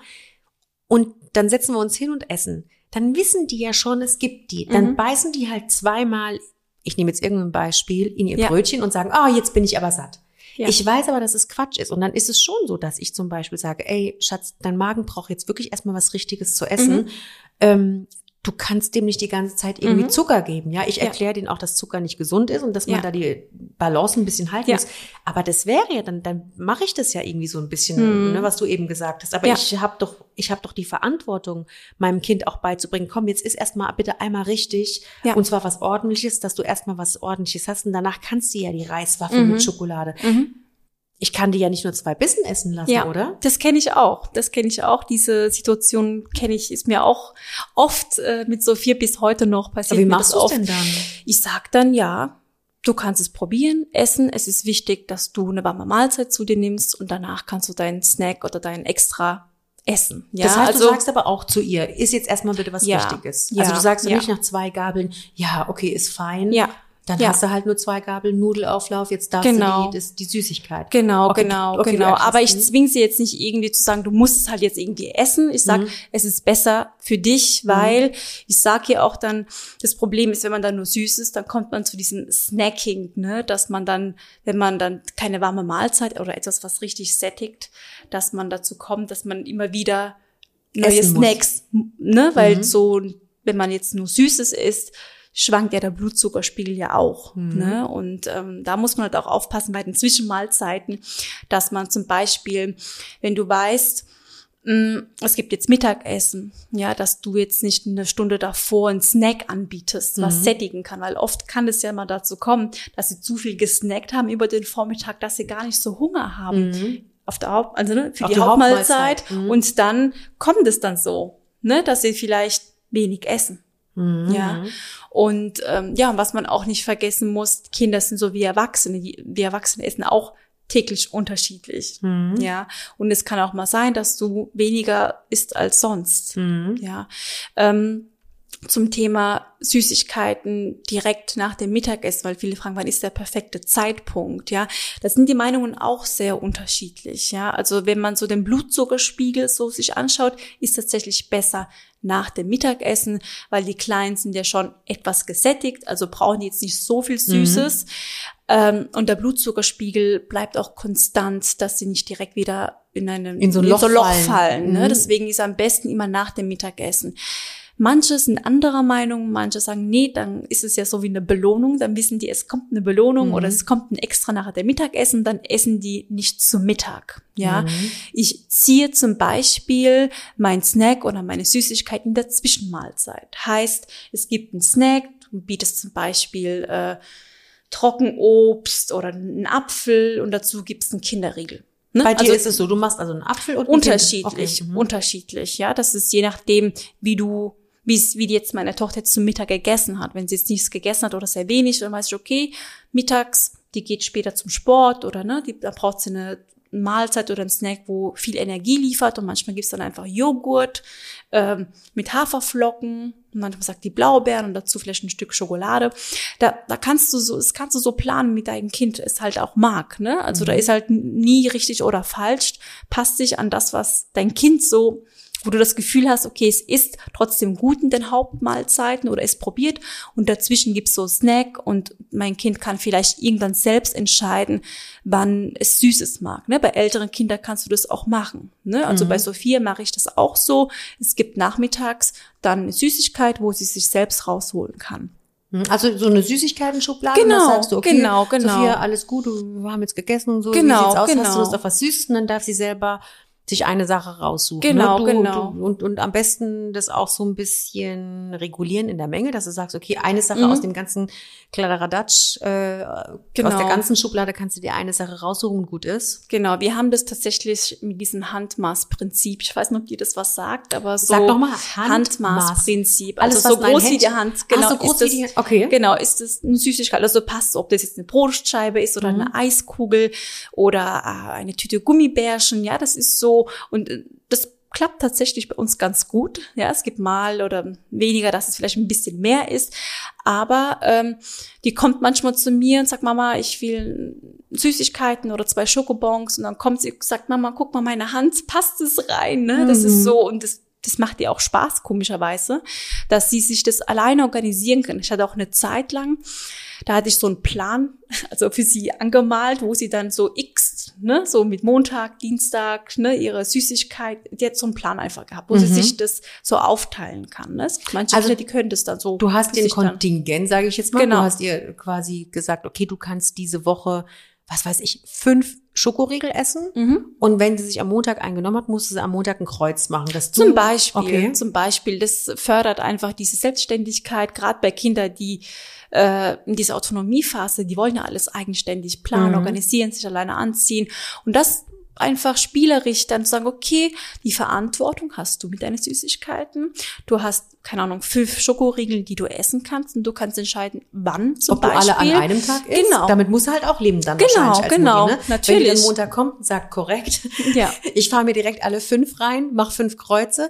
Und dann setzen wir uns hin und essen. Dann wissen die ja schon, es gibt die. Dann mhm. beißen die halt zweimal, ich nehme jetzt irgendein Beispiel, in ihr ja. Brötchen und sagen, ah, oh, jetzt bin ich aber satt. Ja. Ich weiß aber, dass es Quatsch ist. Und dann ist es schon so, dass ich zum Beispiel sage, ey, Schatz, dein Magen braucht jetzt wirklich erstmal was Richtiges zu essen. Mhm. Ähm, Du kannst dem nicht die ganze Zeit irgendwie mhm. Zucker geben, ja. Ich erkläre ja. denen auch, dass Zucker nicht gesund ist und dass man ja. da die Balance ein bisschen halten ja. muss. Aber das wäre ja, dann dann mache ich das ja irgendwie so ein bisschen, mhm. ne, was du eben gesagt hast. Aber ja. ich habe doch, ich habe doch die Verantwortung, meinem Kind auch beizubringen, komm, jetzt ist erstmal bitte einmal richtig ja. und zwar was Ordentliches, dass du erstmal was Ordentliches hast und danach kannst du ja die Reiswaffel mhm. mit Schokolade. Mhm. Ich kann die ja nicht nur zwei Bissen essen lassen, ja, oder? Das kenne ich auch. Das kenne ich auch. Diese Situation kenne ich, ist mir auch oft äh, mit Sophia bis heute noch passiert. Aber wie machst du es denn dann? Ich sag dann, ja, du kannst es probieren, essen. Es ist wichtig, dass du eine warme Mahlzeit zu dir nimmst und danach kannst du deinen Snack oder deinen extra essen. Ja, das heißt, also, du sagst aber auch zu ihr, ist jetzt erstmal bitte was ja, Wichtiges. Ja, also du sagst ja. nicht nach zwei Gabeln, ja, okay, ist fein. Ja. Dann ja. hast du halt nur zwei Gabeln Nudelauflauf, jetzt darfst genau. du die, das, die Süßigkeit. Genau, okay, genau, okay, genau. Aber ich zwinge sie jetzt nicht irgendwie zu sagen, du musst es halt jetzt irgendwie essen. Ich sag, mhm. es ist besser für dich, weil mhm. ich sag ihr auch dann, das Problem ist, wenn man dann nur süß ist, dann kommt man zu diesem Snacking, ne, dass man dann, wenn man dann keine warme Mahlzeit oder etwas, was richtig sättigt, dass man dazu kommt, dass man immer wieder neue Essen Snacks, muss. ne, weil mhm. so, wenn man jetzt nur Süßes isst, schwankt ja der Blutzuckerspiegel ja auch. Mhm. Ne? Und ähm, da muss man halt auch aufpassen bei den Zwischenmahlzeiten, dass man zum Beispiel, wenn du weißt, mh, es gibt jetzt Mittagessen, ja, dass du jetzt nicht eine Stunde davor einen Snack anbietest, was mhm. sättigen kann, weil oft kann es ja mal dazu kommen, dass sie zu viel gesnackt haben über den Vormittag, dass sie gar nicht so Hunger haben mhm. auf der Haupt, also ne, für auf die, die Hauptmahlzeit. Hauptmahlzeit. Mhm. Und dann kommt es dann so, ne, dass sie vielleicht wenig essen. Mhm. Ja. Und ähm, ja, was man auch nicht vergessen muss, Kinder sind so wie Erwachsene. Die, wir Erwachsene essen auch täglich unterschiedlich. Mhm. Ja, und es kann auch mal sein, dass du weniger isst als sonst. Mhm. Ja, ähm, zum Thema Süßigkeiten direkt nach dem Mittagessen, weil viele fragen, wann ist der perfekte Zeitpunkt, ja. Da sind die Meinungen auch sehr unterschiedlich, ja. Also wenn man so den Blutzuckerspiegel so sich anschaut, ist tatsächlich besser nach dem Mittagessen, weil die Kleinen sind ja schon etwas gesättigt, also brauchen die jetzt nicht so viel Süßes. Mhm. Ähm, und der Blutzuckerspiegel bleibt auch konstant, dass sie nicht direkt wieder in, einem, in so ein Loch, in so Loch fallen. fallen, ne? Mhm. Deswegen ist am besten immer nach dem Mittagessen. Manche sind anderer Meinung, manche sagen, nee, dann ist es ja so wie eine Belohnung, dann wissen die, es kommt eine Belohnung mhm. oder es kommt ein extra nach dem Mittagessen, dann essen die nicht zu Mittag, ja. Mhm. Ich ziehe zum Beispiel mein Snack oder meine Süßigkeit in der Zwischenmahlzeit. Heißt, es gibt einen Snack, du bietest zum Beispiel äh, Trockenobst oder einen Apfel und dazu gibt's einen Kinderriegel. Ne? Bei dir also, ist es so, du machst also einen Apfel und unterschiedlich, okay. mhm. unterschiedlich, ja. Das ist je nachdem, wie du wie es, wie die jetzt meine Tochter jetzt zum Mittag gegessen hat. Wenn sie jetzt nichts gegessen hat oder sehr wenig, dann weiß ich, okay, mittags, die geht später zum Sport oder, ne, die, da braucht sie eine Mahlzeit oder einen Snack, wo viel Energie liefert und manchmal gibt's dann einfach Joghurt, ähm, mit Haferflocken und manchmal sagt die Blaubeeren und dazu vielleicht ein Stück Schokolade. Da, da kannst du so, das kannst du so planen, mit deinem Kind es halt auch mag, ne? Also mhm. da ist halt nie richtig oder falsch, passt sich an das, was dein Kind so, wo du das Gefühl hast, okay, es isst trotzdem gut in den Hauptmahlzeiten oder es probiert und dazwischen gibt's so Snack und mein Kind kann vielleicht irgendwann selbst entscheiden, wann es Süßes mag. Ne? Bei älteren Kindern kannst du das auch machen. Ne? Also mhm. bei Sophia mache ich das auch so. Es gibt nachmittags dann eine Süßigkeit, wo sie sich selbst rausholen kann. Also so eine Süßigkeiten-Schublade, genau, und dann sagst du, okay, genau, genau. Sophia, alles gut, wir haben jetzt gegessen und so, genau, wie sieht's aus, genau. hast du Lust auf was Süßes? Und dann darf sie selber sich eine Sache raussuchen. Genau, ne? du, genau. Du, und, und am besten das auch so ein bisschen regulieren in der Menge, dass du sagst, okay, eine Sache mhm. aus dem ganzen Kladderadatsch, äh, genau. aus der ganzen Schublade kannst du dir eine Sache raussuchen und gut ist. Genau, wir haben das tatsächlich mit diesem Handmaßprinzip. Ich weiß nicht, ob dir das was sagt, aber so. Sag doch mal, Handmaßprinzip. Alles, also so groß wie die Hand. Genau, Ach, so groß wie die Hand. Okay. Genau, ist das eine Süßigkeit. Also passt, ob das jetzt eine Brotscheibe ist oder mhm. eine Eiskugel oder äh, eine Tüte Gummibärchen. Ja, das ist so. Und das klappt tatsächlich bei uns ganz gut. Ja, es gibt mal oder weniger, dass es vielleicht ein bisschen mehr ist. Aber ähm, die kommt manchmal zu mir und sagt, Mama, ich will Süßigkeiten oder zwei Schokobons. Und dann kommt sie und sagt, Mama, guck mal, meine Hand, passt es rein? Ne? Das mhm. ist so und das Das macht ihr auch Spaß, komischerweise, dass sie sich das alleine organisieren können. Ich hatte auch eine Zeit lang, da hatte ich so einen Plan, also für sie angemalt, wo sie dann so x, ne, so mit Montag, Dienstag, ne, ihre Süßigkeit, die hat so einen Plan einfach gehabt, wo mhm. sie sich das so aufteilen kann. Ne? Manche also, Kinder, die können das dann so. Du hast den Kontingent, sage ich jetzt mal. Genau. Du hast ihr quasi gesagt, okay, du kannst diese Woche, was weiß ich, fünf Schokoriegel essen. Mhm. Und wenn sie sich am Montag eingenommen hat, musste sie am Montag ein Kreuz machen. Dass du, zum Beispiel, okay. zum Beispiel, das fördert einfach diese Selbstständigkeit, gerade bei Kindern, die äh, in dieser Autonomiephase, die wollen ja alles eigenständig planen, mhm. organisieren, sich alleine anziehen. Und das einfach spielerisch dann zu sagen, okay, die Verantwortung hast du mit deinen Süßigkeiten. Du hast, keine Ahnung, fünf Schokoriegel, die du essen kannst und du kannst entscheiden, wann zum Ob Beispiel. Ob du alle an einem Tag isst. Genau. Damit musst du halt auch leben dann genau, wahrscheinlich als genau, Mutti, ne? Natürlich. Wenn die am Montag kommt und sagt, korrekt, ja. ich fahre mir direkt alle fünf rein, mach fünf Kreuze,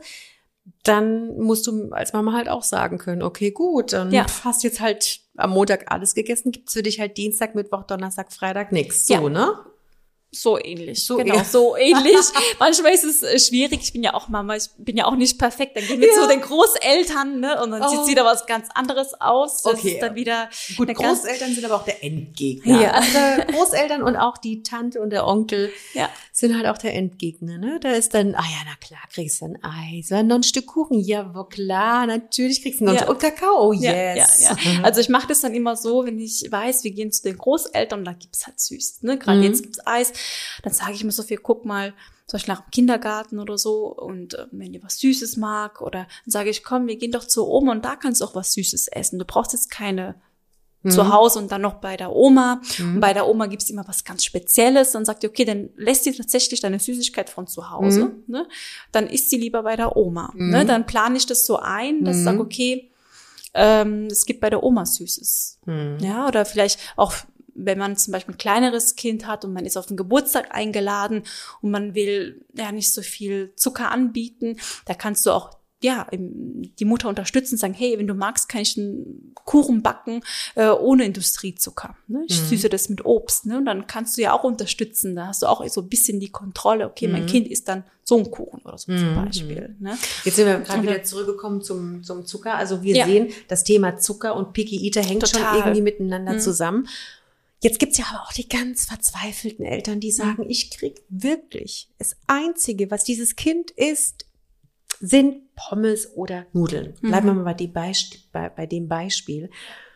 dann musst du als Mama halt auch sagen können, okay, gut, dann ja. hast jetzt halt am Montag alles gegessen, gibt's für dich halt Dienstag, Mittwoch, Donnerstag, Freitag nichts. So, ja. ne? So ähnlich, so genau, ähnlich. so ähnlich. Manchmal ist es äh, schwierig, ich bin ja auch Mama, ich bin ja auch nicht perfekt, dann gehen wir ja. zu den Großeltern, ne, und dann oh. sieht wieder was ganz anderes aus. Das okay. ist dann wieder gut, Großeltern sind aber auch der Endgegner. Ja. Also Großeltern und auch die Tante und der Onkel ja. sind halt auch der Endgegner, ne? Da ist dann, ah ja, na klar, kriegst du ein Eis, noch ein Stück Kuchen, ja, wo klar, natürlich kriegst du noch ja. ein Stück Kakao, yes. Ja, ja, ja. Mhm. Also ich mache das dann immer so, wenn ich weiß, wir gehen zu den Großeltern, da gibt's halt süß, ne? Gerade mhm. jetzt gibt's Eis, dann sage ich mir so viel, guck mal, zum Beispiel nach dem Kindergarten oder so und äh, wenn ihr was Süßes mag oder dann sage ich, komm, wir gehen doch zur Oma und da kannst du auch was Süßes essen. Du brauchst jetzt keine mhm. zu Hause und dann noch bei der Oma. Mhm. Und bei der Oma gibt's immer was ganz Spezielles. Dann sagt ihr, okay, dann lässt sie tatsächlich deine Süßigkeit von zu Hause. Mhm. Ne? Dann isst sie lieber bei der Oma. Mhm. Ne? Dann plane ich das so ein, dass mhm. ich sage, okay, ähm, es gibt bei der Oma Süßes. Mhm. Ja, oder vielleicht auch, wenn man zum Beispiel ein kleineres Kind hat und man ist auf den Geburtstag eingeladen und man will ja nicht so viel Zucker anbieten, da kannst du auch ja die Mutter unterstützen, sagen, hey, wenn du magst, kann ich einen Kuchen backen äh, ohne Industriezucker. Ne? Ich Mhm. süße das mit Obst. Ne? Und dann kannst du ja auch unterstützen. Da hast du auch so ein bisschen die Kontrolle. Okay, mhm. mein Kind isst dann so einen Kuchen oder so mhm. zum Beispiel. Ne? Jetzt sind wir gerade wieder zurückgekommen zum, zum Zucker. Also wir ja. sehen, das Thema Zucker und Picky Eater hängt Total. schon irgendwie miteinander mhm. zusammen. Jetzt gibt's ja aber auch die ganz verzweifelten Eltern, die sagen, mhm. ich krieg wirklich, das Einzige, was dieses Kind isst, sind Pommes oder Nudeln. Mhm. Bleiben wir mal bei dem, Beisp- bei, bei dem Beispiel.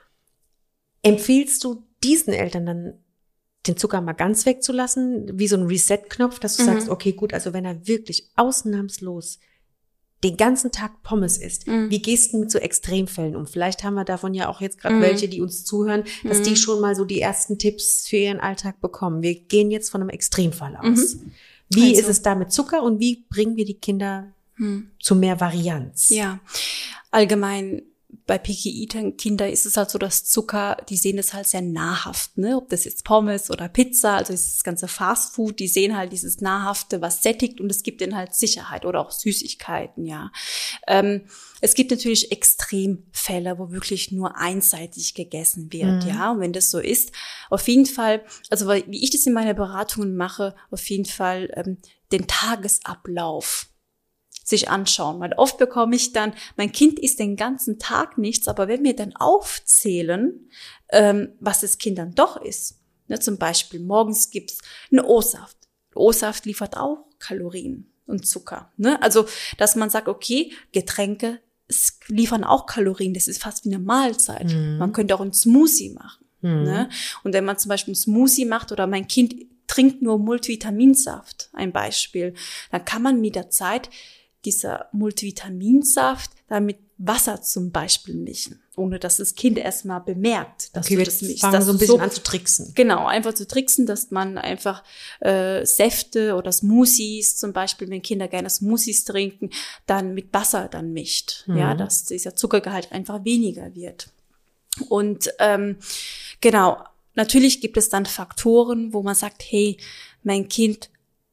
Empfiehlst du diesen Eltern dann, den Zucker mal ganz wegzulassen, wie so ein Reset-Knopf, dass du mhm. sagst, okay, gut, also wenn er wirklich ausnahmslos den ganzen Tag Pommes isst, mhm. wie gehst du mit so Extremfällen um? Vielleicht haben wir davon ja auch jetzt gerade mhm. welche, die uns zuhören, dass mhm. die schon mal so die ersten Tipps für ihren Alltag bekommen. Wir gehen jetzt von einem Extremfall aus. Mhm. Wie also. ist es da mit Zucker und wie bringen wir die Kinder hm. zu mehr Varianz? Ja, allgemein bei Picky Eater Kinder ist es halt so, dass Zucker, die sehen das halt sehr nahrhaft, ne? Ob das jetzt Pommes oder Pizza, also das ganze Fast Food, die sehen halt dieses Nahrhafte, was sättigt und es gibt ihnen halt Sicherheit oder auch Süßigkeiten, ja. Ähm, es gibt natürlich Extremfälle, wo wirklich nur einseitig gegessen wird, mhm. ja. Und wenn das so ist, auf jeden Fall, also wie ich das in meiner Beratungen mache, auf jeden Fall ähm, den Tagesablauf sich anschauen. Weil oft bekomme ich dann, mein Kind isst den ganzen Tag nichts, aber wenn wir dann aufzählen, ähm, was das Kind dann doch isst, ne, zum Beispiel morgens gibt's einen O-Saft. O-Saft liefert auch Kalorien und Zucker. Ne? Also, dass man sagt, okay, Getränke liefern auch Kalorien, das ist fast wie eine Mahlzeit. Mhm. Man könnte auch einen Smoothie machen. Mhm. Ne? Und wenn man zum Beispiel einen Smoothie macht oder mein Kind trinkt nur Multivitaminsaft, ein Beispiel, dann kann man mit der Zeit dieser Multivitaminsaft dann mit Wasser zum Beispiel mischen, ohne dass das Kind erstmal bemerkt, dass okay, du das mischst. Fangen dass so ein bisschen so, an zu tricksen. Genau, einfach zu tricksen, dass man einfach äh, Säfte oder Smoothies zum Beispiel, wenn Kinder gerne Smoothies trinken, dann mit Wasser dann mischt, mhm. ja, dass dieser Zuckergehalt einfach weniger wird. Und ähm, genau, natürlich gibt es dann Faktoren, wo man sagt, hey, mein Kind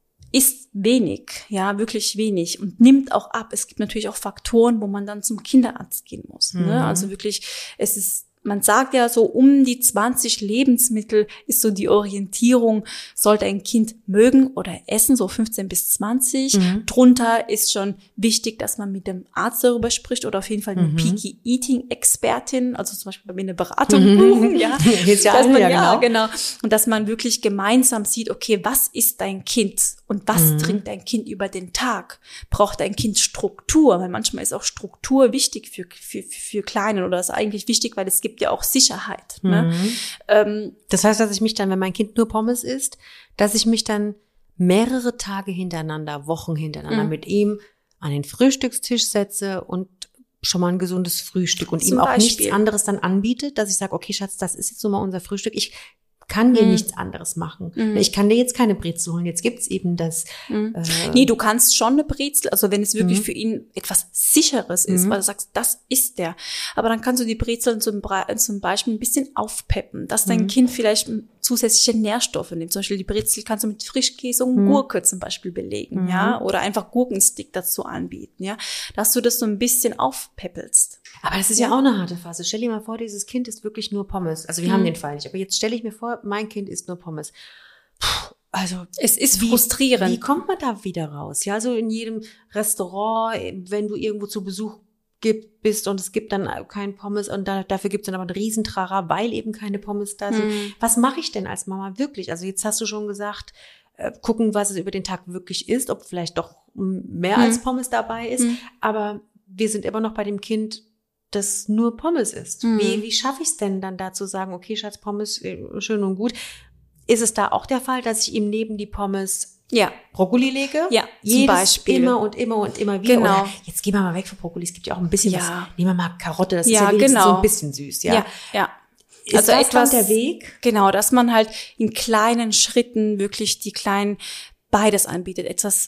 isst wenig, ja, wirklich wenig und nimmt auch ab. Es gibt natürlich auch Faktoren, wo man dann zum Kinderarzt gehen muss. Mhm. Ne? Also wirklich, es ist, man sagt ja so, um die zwanzig Lebensmittel ist so die Orientierung, sollte ein Kind mögen oder essen, so fünfzehn bis zwanzig. Mhm. Drunter ist schon wichtig, dass man mit dem Arzt darüber spricht oder auf jeden Fall eine mhm. Picky Eating Expertin, also zum Beispiel bei mir eine Beratung buchen, mhm. ja. Jetzt ja, dass man, ja, ja, genau. genau. Und dass man wirklich gemeinsam sieht, okay, was ist dein Kind und was mhm. trinkt dein Kind über den Tag? Braucht dein Kind Struktur? Weil manchmal ist auch Struktur wichtig für, für, für Kleinen oder ist eigentlich wichtig, weil es gibt ja auch Sicherheit. Mhm. Ne? Ähm, das heißt, dass ich mich dann, wenn mein Kind nur Pommes isst, dass ich mich dann mehrere Tage hintereinander, Wochen hintereinander mhm. mit ihm an den Frühstückstisch setze und schon mal ein gesundes Frühstück und Zum ihm auch Beispiel. nichts anderes dann anbietet, dass ich sage, okay, Schatz, das ist jetzt so mal unser Frühstück. Ich kann dir mm. nichts anderes machen. Mm. Ich kann dir jetzt keine Brezel holen. Jetzt gibt's eben das. Mm. Äh, nee, du kannst schon eine Brezel, also wenn es wirklich mm. für ihn etwas Sicheres ist, mm. weil du sagst, das ist der. Aber dann kannst du die Brezeln zum, zum Beispiel ein bisschen aufpeppen, dass dein mm. Kind vielleicht zusätzliche Nährstoffe nimmt. Zum Beispiel die Brezel kannst du mit Frischkäse und mm. Gurke zum Beispiel belegen, mm. ja, oder einfach Gurkenstick dazu anbieten, ja, dass du das so ein bisschen aufpeppelst. Aber das ist ja, ja auch eine harte Phase. Stell dir mal vor, dieses Kind isst wirklich nur Pommes. Also wir mhm. haben den Fall nicht. Aber jetzt stelle ich mir vor, mein Kind isst nur Pommes. Puh, also es ist wie, frustrierend. Wie kommt man da wieder raus? Ja, so in jedem Restaurant, wenn du irgendwo zu Besuch gibt, bist und es gibt dann kein Pommes und da, dafür gibt es dann aber einen Riesentrara, weil eben keine Pommes da sind. Mhm. Was mache ich denn als Mama wirklich? Also jetzt hast du schon gesagt, äh, gucken, was es über den Tag wirklich ist, ob vielleicht doch mehr mhm. als Pommes dabei ist. Mhm. Aber wir sind immer noch bei dem Kind, das nur Pommes ist. Mhm. Wie, wie schaffe ich es denn dann da zu sagen, okay, Schatz, Pommes, schön und gut. Ist es da auch der Fall, dass ich ihm neben die Pommes ja. Brokkoli lege? Ja, Jedes, zum Beispiel. Immer und immer und immer wieder. Genau. Oder jetzt gehen wir mal weg von Brokkoli. Es gibt ja auch ein bisschen ja. was. Nehmen wir mal Karotte, das ja, ist ja wenigstens genau. so ein bisschen süß. Ja, ja. ja. Ist also das etwas, dann der Weg? Genau, dass man halt in kleinen Schritten wirklich die kleinen beides anbietet. Etwas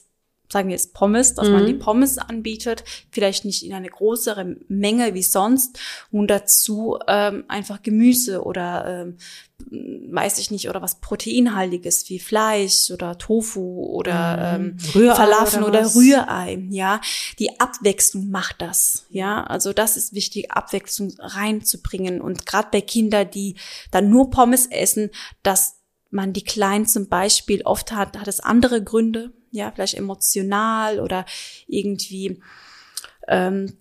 sagen wir jetzt Pommes, dass mhm. man die Pommes anbietet, vielleicht nicht in eine größere Menge wie sonst und dazu ähm, einfach Gemüse oder ähm, weiß ich nicht, oder was Proteinhaltiges wie Fleisch oder Tofu oder mhm. ähm, Falafel oder, oder Rührei, ja. Die Abwechslung macht das, ja. Also das ist wichtig, Abwechslung reinzubringen und gerade bei Kindern, die dann nur Pommes essen, dass man die Kleinen zum Beispiel, oft hat, hat es andere Gründe, ja, vielleicht emotional oder irgendwie, ähm,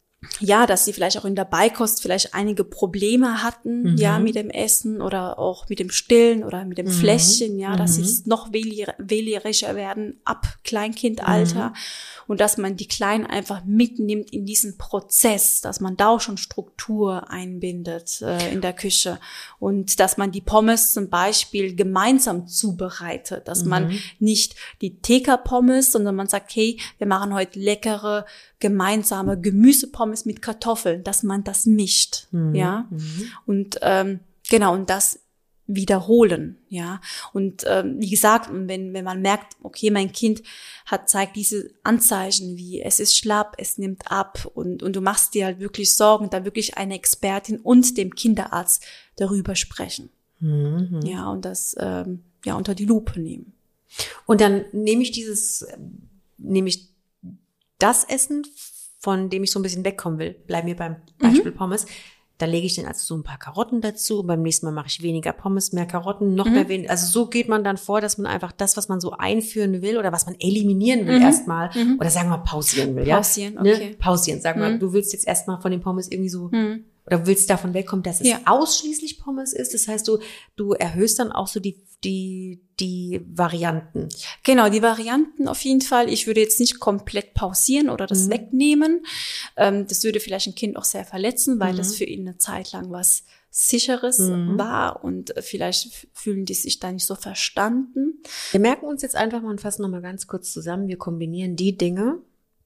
ja, dass sie vielleicht auch in der Beikost vielleicht einige Probleme hatten, mhm. ja, mit dem Essen oder auch mit dem Stillen oder mit dem mhm. Fläschchen, ja, dass mhm. sie noch wählerischer werden ab Kleinkindalter mhm. und dass man die Kleinen einfach mitnimmt in diesen Prozess, dass man da auch schon Struktur einbindet äh, in der Küche und dass man die Pommes zum Beispiel gemeinsam zubereitet, dass mhm. man nicht die T K-Pommes, sondern man sagt, hey, wir machen heute leckere gemeinsame Gemüsepommes mit Kartoffeln, dass man das mischt, mhm. ja, mhm. und ähm, genau, und das wiederholen, ja, und ähm, wie gesagt, wenn wenn man merkt, okay, mein Kind hat zeigt diese Anzeichen wie es ist schlapp, es nimmt ab und und du machst dir halt wirklich Sorgen, da wirklich eine Expertin und dem Kinderarzt darüber sprechen, mhm. ja, und das ähm, ja unter die Lupe nehmen. Und dann nehme ich dieses, nehme ich das Essen, von dem ich so ein bisschen wegkommen will, bleiben wir beim Beispiel mhm. Pommes, da lege ich dann also so ein paar Karotten dazu, beim nächsten Mal mache ich weniger Pommes, mehr Karotten, noch mhm. mehr weniger, also so geht man dann vor, dass man einfach das, was man so einführen will oder was man eliminieren will mhm. erstmal, mhm. oder sagen wir mal pausieren will, ja? Pausieren, okay. Ne? Pausieren, sagen wir, mhm. du willst jetzt erstmal von den Pommes irgendwie so, mhm. oder willst davon wegkommen, dass es ja. ausschließlich Pommes ist, das heißt, du, du erhöhst dann auch so die, die, die Varianten. Genau, die Varianten auf jeden Fall. Ich würde jetzt nicht komplett pausieren oder das mhm. wegnehmen. Ähm, das würde vielleicht ein Kind auch sehr verletzen, weil mhm. das für ihn eine Zeit lang was Sicheres mhm. war und vielleicht fühlen die sich da nicht so verstanden. Wir merken uns jetzt einfach mal und fassen nochmal ganz kurz zusammen. Wir kombinieren die Dinge,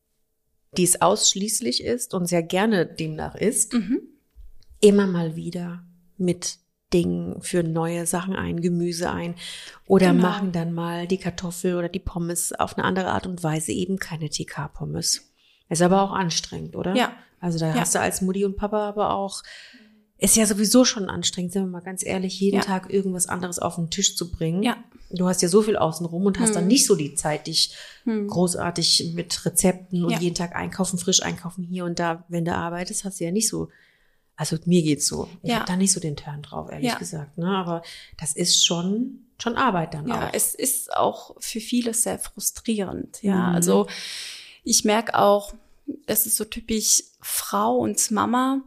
die es ausschließlich ist und sehr gerne demnach ist, mhm. immer mal wieder mit Dingen für neue Sachen ein, Gemüse ein oder genau. machen dann mal die Kartoffel oder die Pommes auf eine andere Art und Weise, eben keine T K-Pommes. Ist aber auch anstrengend, oder? Ja. Also da ja. hast du als Mutti und Papa aber auch, ist ja sowieso schon anstrengend, sind wir mal ganz ehrlich, jeden ja. Tag irgendwas anderes auf den Tisch zu bringen. Ja. Du hast ja so viel außenrum und hast hm. dann nicht so die Zeit, dich hm. großartig mit Rezepten und ja. jeden Tag einkaufen, frisch einkaufen hier und da. Wenn du arbeitest, hast du ja nicht so. Also mir geht's so. Ich ja. habe da nicht so den Turn drauf, ehrlich ja. gesagt. Ne? Aber das ist schon schon Arbeit dann ja, auch. Es ist auch für viele sehr frustrierend. Ja, mhm. also ich merke auch, das ist so typisch Frau und Mama,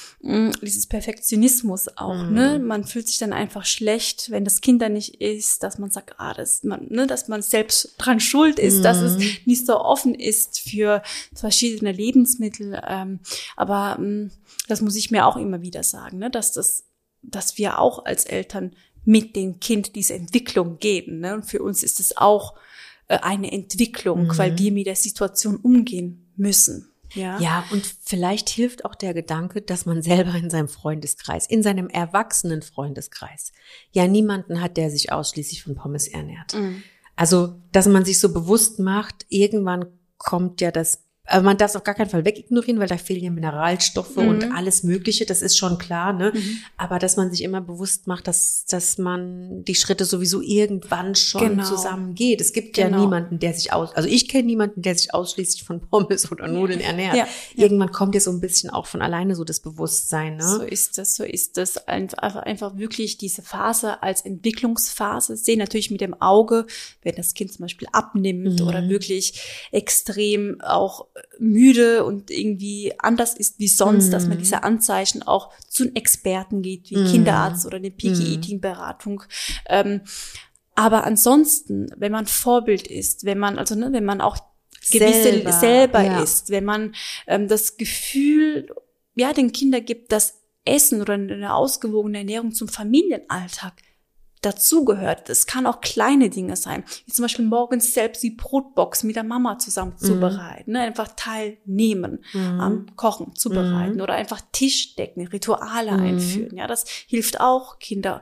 dieses Perfektionismus auch, mhm. ne? Man fühlt sich dann einfach schlecht, wenn das Kind da nicht ist, dass man sagt, ah, das, man, ne, dass man selbst dran schuld ist, mhm. dass es nicht so offen ist für verschiedene Lebensmittel. Ähm, aber ähm, das muss ich mir auch immer wieder sagen, ne? Dass das, dass wir auch als Eltern mit dem Kind diese Entwicklung gehen, ne? Und für uns ist es auch äh, eine Entwicklung, mhm. weil wir mit der Situation umgehen müssen. Ja. ja, und vielleicht hilft auch der Gedanke, dass man selber in seinem Freundeskreis, in seinem erwachsenen Freundeskreis, ja niemanden hat, der sich ausschließlich von Pommes ernährt. Mhm. Also, dass man sich so bewusst macht, irgendwann kommt ja das, aber man darf es auf gar keinen Fall wegignorieren, weil da fehlen ja Mineralstoffe mhm. und alles Mögliche, das ist schon klar, ne? Mhm. Aber dass man sich immer bewusst macht, dass dass man die Schritte sowieso irgendwann schon genau. zusammengeht. Es gibt genau. ja niemanden, der sich aus, also ich kenne niemanden, der sich ausschließlich von Pommes oder Nudeln ernährt. Ja. Irgendwann kommt ja so ein bisschen auch von alleine so das Bewusstsein, ne? So ist das, so ist das. Einfach, einfach wirklich diese Phase als Entwicklungsphase sehen, natürlich mit dem Auge, wenn das Kind zum Beispiel abnimmt mhm. oder wirklich extrem auch müde und irgendwie anders ist wie sonst, mm. dass man diese Anzeichen auch zu den Experten geht, wie mm. Kinderarzt oder eine Picky-Eating-Beratung. Ähm, aber ansonsten, wenn man Vorbild ist, wenn man, also ne, wenn man auch gewisse selber, selber ja. ist, wenn man ähm, das Gefühl, ja, den Kindern gibt, dass Essen oder eine ausgewogene Ernährung zum Familienalltag dazugehört. Das kann auch kleine Dinge sein, wie zum Beispiel morgens selbst die Brotbox mit der Mama zusammen mhm. zubereiten, ne? Einfach teilnehmen mhm. am Kochen, zubereiten mhm. oder einfach Tisch decken, Rituale mhm. einführen. Ja, das hilft auch, Kinder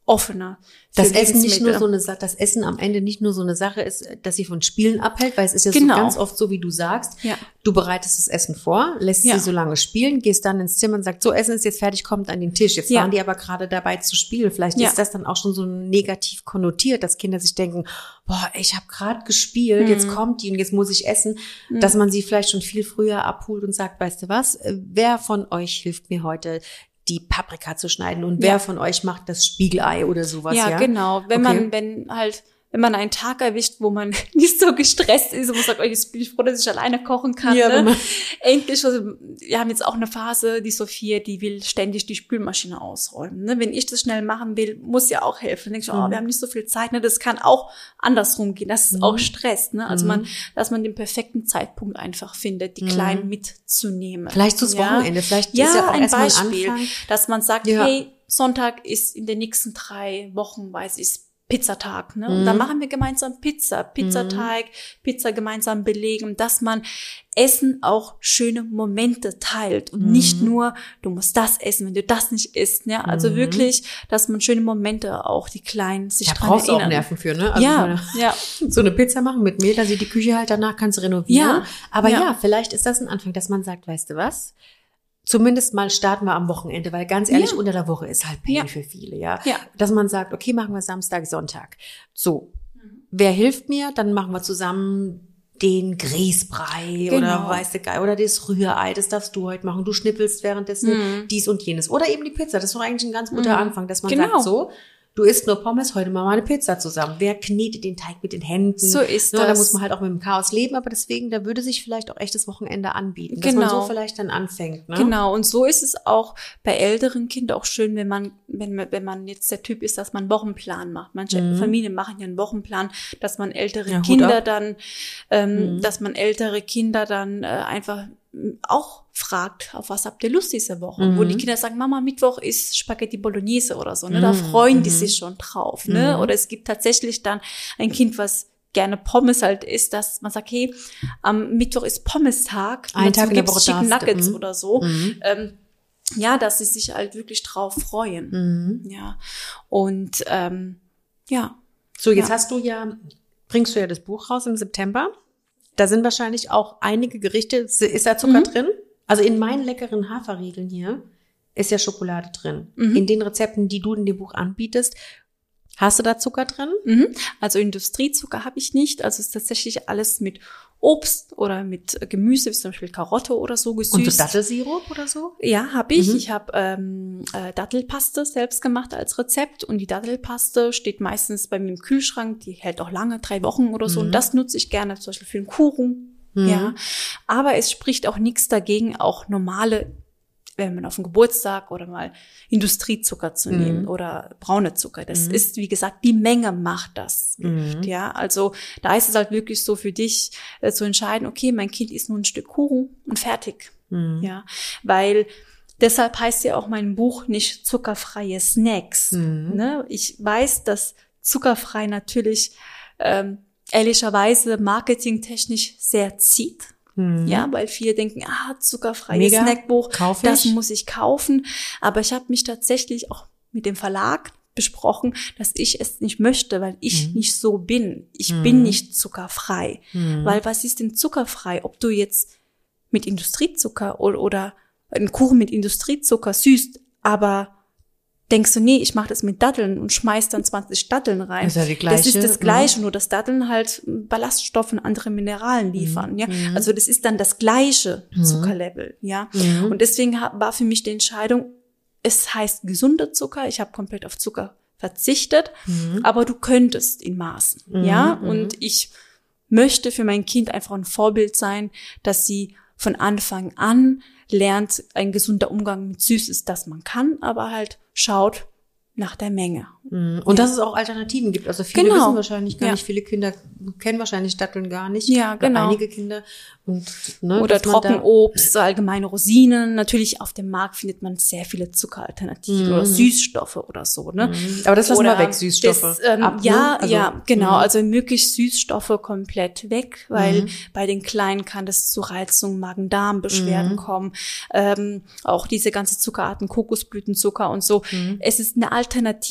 offener. Das Essen nicht nur so eine Sache, das Essen am Ende nicht nur so eine Sache ist, dass sie von Spielen abhält, weil es ist ja genau. so ganz oft so, wie du sagst. Ja. Du bereitest das Essen vor, lässt ja. sie so lange spielen, gehst dann ins Zimmer und sagst, so, Essen ist jetzt fertig, kommt an den Tisch. Jetzt ja. waren die aber gerade dabei zu spielen. Vielleicht ja. ist das dann auch schon so negativ konnotiert, dass Kinder sich denken, boah, ich habe gerade gespielt, mhm. jetzt kommt die und jetzt muss ich essen, mhm. dass man sie vielleicht schon viel früher abholt und sagt, weißt du was, wer von euch hilft mir heute, die Paprika zu schneiden und wer ja. von euch macht das Spiegelei oder sowas, ja? Ja, genau. Wenn okay. man, wenn halt, wenn man einen Tag erwischt, wo man nicht so gestresst ist und man sagt, oh, jetzt bin ich froh, dass ich alleine kochen kann, ja, ne? Endlich, also, wir haben jetzt auch eine Phase, die Sophia, die will ständig die Spülmaschine ausräumen, ne? Wenn ich das schnell machen will, muss ja auch helfen. Dann denke ich, oh, mhm. wir haben nicht so viel Zeit, ne? Das kann auch andersrum gehen. Das ist mhm. auch Stress, ne? Also mhm. man, dass man den perfekten Zeitpunkt einfach findet, die mhm. Kleinen mitzunehmen. Vielleicht fürs ja? Wochenende, vielleicht ja, ist ja auch ein erstmal Beispiel, ein Anfang. Dass man sagt, ja. hey, Sonntag ist in den nächsten drei Wochen, weiß ich, Pizzatag, ne? Und mhm. dann machen wir gemeinsam Pizza, Pizzateig, mhm. Pizza gemeinsam belegen, dass man Essen auch schöne Momente teilt und mhm. nicht nur, du musst das essen, wenn du das nicht isst, ne? Also mhm. wirklich, dass man schöne Momente auch, die Kleinen sich da dran brauchst erinnern. Du auch Nerven für, ne? Also ja, meine, ja. So eine Pizza machen mit Mehl, da sieht die Küche halt danach, kannst du renovieren. Ja, aber ja. ja, vielleicht ist das ein Anfang, dass man sagt, weißt du was? Zumindest mal starten wir am Wochenende, weil ganz ehrlich, ja. unter der Woche ist halt Pain ja. für viele, ja? ja. Dass man sagt, okay, machen wir Samstag, Sonntag. So, mhm. wer hilft mir? Dann machen wir zusammen den Grießbrei genau. oder weiße Geil oder das Rührei, das darfst du heute machen. Du schnippelst währenddessen mhm. dies und jenes. Oder eben die Pizza, das ist doch eigentlich ein ganz guter mhm. Anfang, dass man genau. sagt so, du isst nur Pommes, heute machen wir eine Pizza zusammen. Wer knetet den Teig mit den Händen? So ist ja, das. Da muss man halt auch mit dem Chaos leben, aber deswegen, da würde sich vielleicht auch echt das Wochenende anbieten, dass genau. man so vielleicht dann anfängt. Ne? Genau, und so ist es auch bei älteren Kindern auch schön, wenn man, wenn, wenn man jetzt der Typ ist, dass man einen Wochenplan macht. Manche mhm. Familien machen ja einen Wochenplan, dass man ältere ja, Kinder dann, ähm, mhm. dass man ältere Kinder dann äh, einfach auch fragt, auf was habt ihr Lust diese Woche? Mhm. Wo die Kinder sagen, Mama, Mittwoch ist Spaghetti Bolognese oder so, ne? Da freuen mhm. die sich schon drauf, ne? Mhm. Oder es gibt tatsächlich dann ein Kind, was gerne Pommes halt isst, dass man sagt, hey, am Mittwoch ist Pommes-Tag. Ein Tag in der Woche Chicken Nuggets mhm. oder so. Mhm. Ähm, ja, dass sie sich halt wirklich drauf freuen. Mhm. Ja. Und, ähm, ja. So, jetzt ja. hast du ja, bringst du ja das Buch raus im September. Da sind wahrscheinlich auch einige Gerichte. Ist da Zucker mhm. drin? Also in meinen leckeren Haferriegeln hier ist ja Schokolade drin. Mhm. In den Rezepten, die du in dem Buch anbietest, hast du da Zucker drin? Mhm. Also Industriezucker habe ich nicht. Also es ist tatsächlich alles mit Obst oder mit Gemüse, wie zum Beispiel Karotte oder so gesüßt. Und so Dattelsirup oder so? Ja, habe ich. Mhm. Ich habe ähm, äh, Dattelpaste selbst gemacht als Rezept. Und die Dattelpaste steht meistens bei mir im Kühlschrank. Die hält auch lange, drei Wochen oder so. Mhm. Und das nutze ich gerne zum Beispiel für einen Kuchen. Mhm. Ja, aber es spricht auch nichts dagegen, auch normale, wenn man auf den Geburtstag oder mal Industriezucker zu mhm. nehmen oder braune Zucker. Das mhm. ist, wie gesagt, die Menge macht das. Mhm. Ja, also da ist es halt wirklich so für dich äh, zu entscheiden, okay, mein Kind isst nur ein Stück Kuchen und fertig. Mhm. Ja, weil deshalb heißt ja auch mein Buch nicht zuckerfreie Snacks. Mhm. Ne? Ich weiß, dass zuckerfrei natürlich ähm, ehrlicherweise marketingtechnisch sehr zieht. Mhm. Ja, weil viele denken, ah, zuckerfreies Snackbuch, das muss ich kaufen. Aber ich habe mich tatsächlich auch mit dem Verlag besprochen, dass ich es nicht möchte, weil ich mhm. nicht so bin. Ich mhm. bin nicht zuckerfrei. Mhm. Weil was ist denn zuckerfrei? Ob du jetzt mit Industriezucker oder, oder einen Kuchen mit Industriezucker süßt, aber denkst du, nee, ich mache das mit Datteln und schmeiß dann zwanzig Datteln rein. Das ist ja die gleiche. Das ist das Gleiche, mhm. nur dass Datteln halt Ballaststoffe und andere Mineralien liefern. Mhm. Ja, also das ist dann das gleiche mhm. Zuckerlevel. Ja, mhm. und deswegen war für mich die Entscheidung, es heißt gesunder Zucker. Ich habe komplett auf Zucker verzichtet, mhm. aber du könntest in Maßen. Mhm. Ja, und ich möchte für mein Kind einfach ein Vorbild sein, dass sie von Anfang an lernt, ein gesunder Umgang mit Süßes, das man kann, aber halt schaut nach der Menge. Und ja. dass es auch Alternativen gibt. Also viele genau. wissen wahrscheinlich gar ja. nicht, viele Kinder kennen wahrscheinlich Datteln gar nicht. Ja, genau. Einige Kinder. Und, ne, oder Trockenobst, allgemeine Rosinen. Natürlich auf dem Markt findet man sehr viele Zuckeralternativen mhm. oder Süßstoffe oder so. Ne? Mhm. Aber das lassen oder wir weg, Süßstoffe. Das, ähm, Ab, ja, ne? also, ja, genau. Mhm. Also möglichst Süßstoffe komplett weg, weil mhm. bei den Kleinen kann es zu Reizung, Magen-Darm-Beschwerden mhm. kommen. Ähm, auch diese ganze Zuckerarten, Kokosblütenzucker und so. Mhm. Es ist eine Alternative, die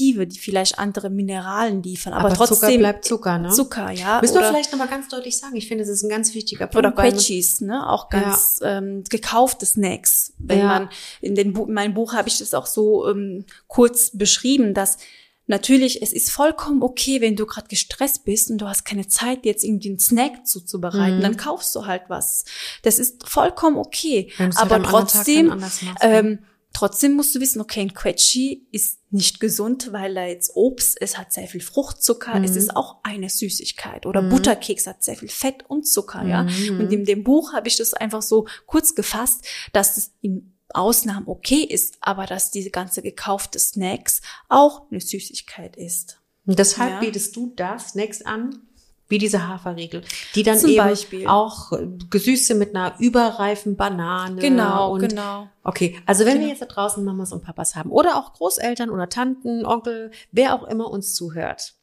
vielleicht andere Mineralien liefern, aber, aber trotzdem Zucker bleibt Zucker, ne? Zucker, ja. Müssen wir Oder, vielleicht nochmal ganz deutlich sagen, ich finde, das ist ein ganz wichtiger Punkt. oder Quetschis, ne, auch ganz ja. ähm, gekaufte Snacks. Wenn ja. man in, den Bu- in meinem Buch habe ich das auch so ähm, kurz beschrieben, dass natürlich, es ist vollkommen okay, wenn du gerade gestresst bist und du hast keine Zeit, jetzt irgendwie einen Snack zuzubereiten, mhm. dann kaufst du halt was. Das ist vollkommen okay. Aber halt trotzdem, ähm, trotzdem musst du wissen, okay, ein Quetschi ist nicht gesund, weil da jetzt Obst, es hat sehr viel Fruchtzucker, mhm. es ist auch eine Süßigkeit. Oder mhm. Butterkeks hat sehr viel Fett und Zucker, mhm. ja. Und in dem Buch habe ich das einfach so kurz gefasst, dass es in Ausnahmen okay ist, aber dass diese ganze gekaufte Snacks auch eine Süßigkeit ist. Und deshalb ja. bietest du da Snacks an, wie diese Haferriegel, die dann Zum eben Beispiel. auch gesüßt sind mit einer überreifen Banane. Genau, und, genau. Okay, also wenn genau. wir jetzt da draußen Mamas und Papas haben oder auch Großeltern oder Tanten, Onkel, wer auch immer uns zuhört.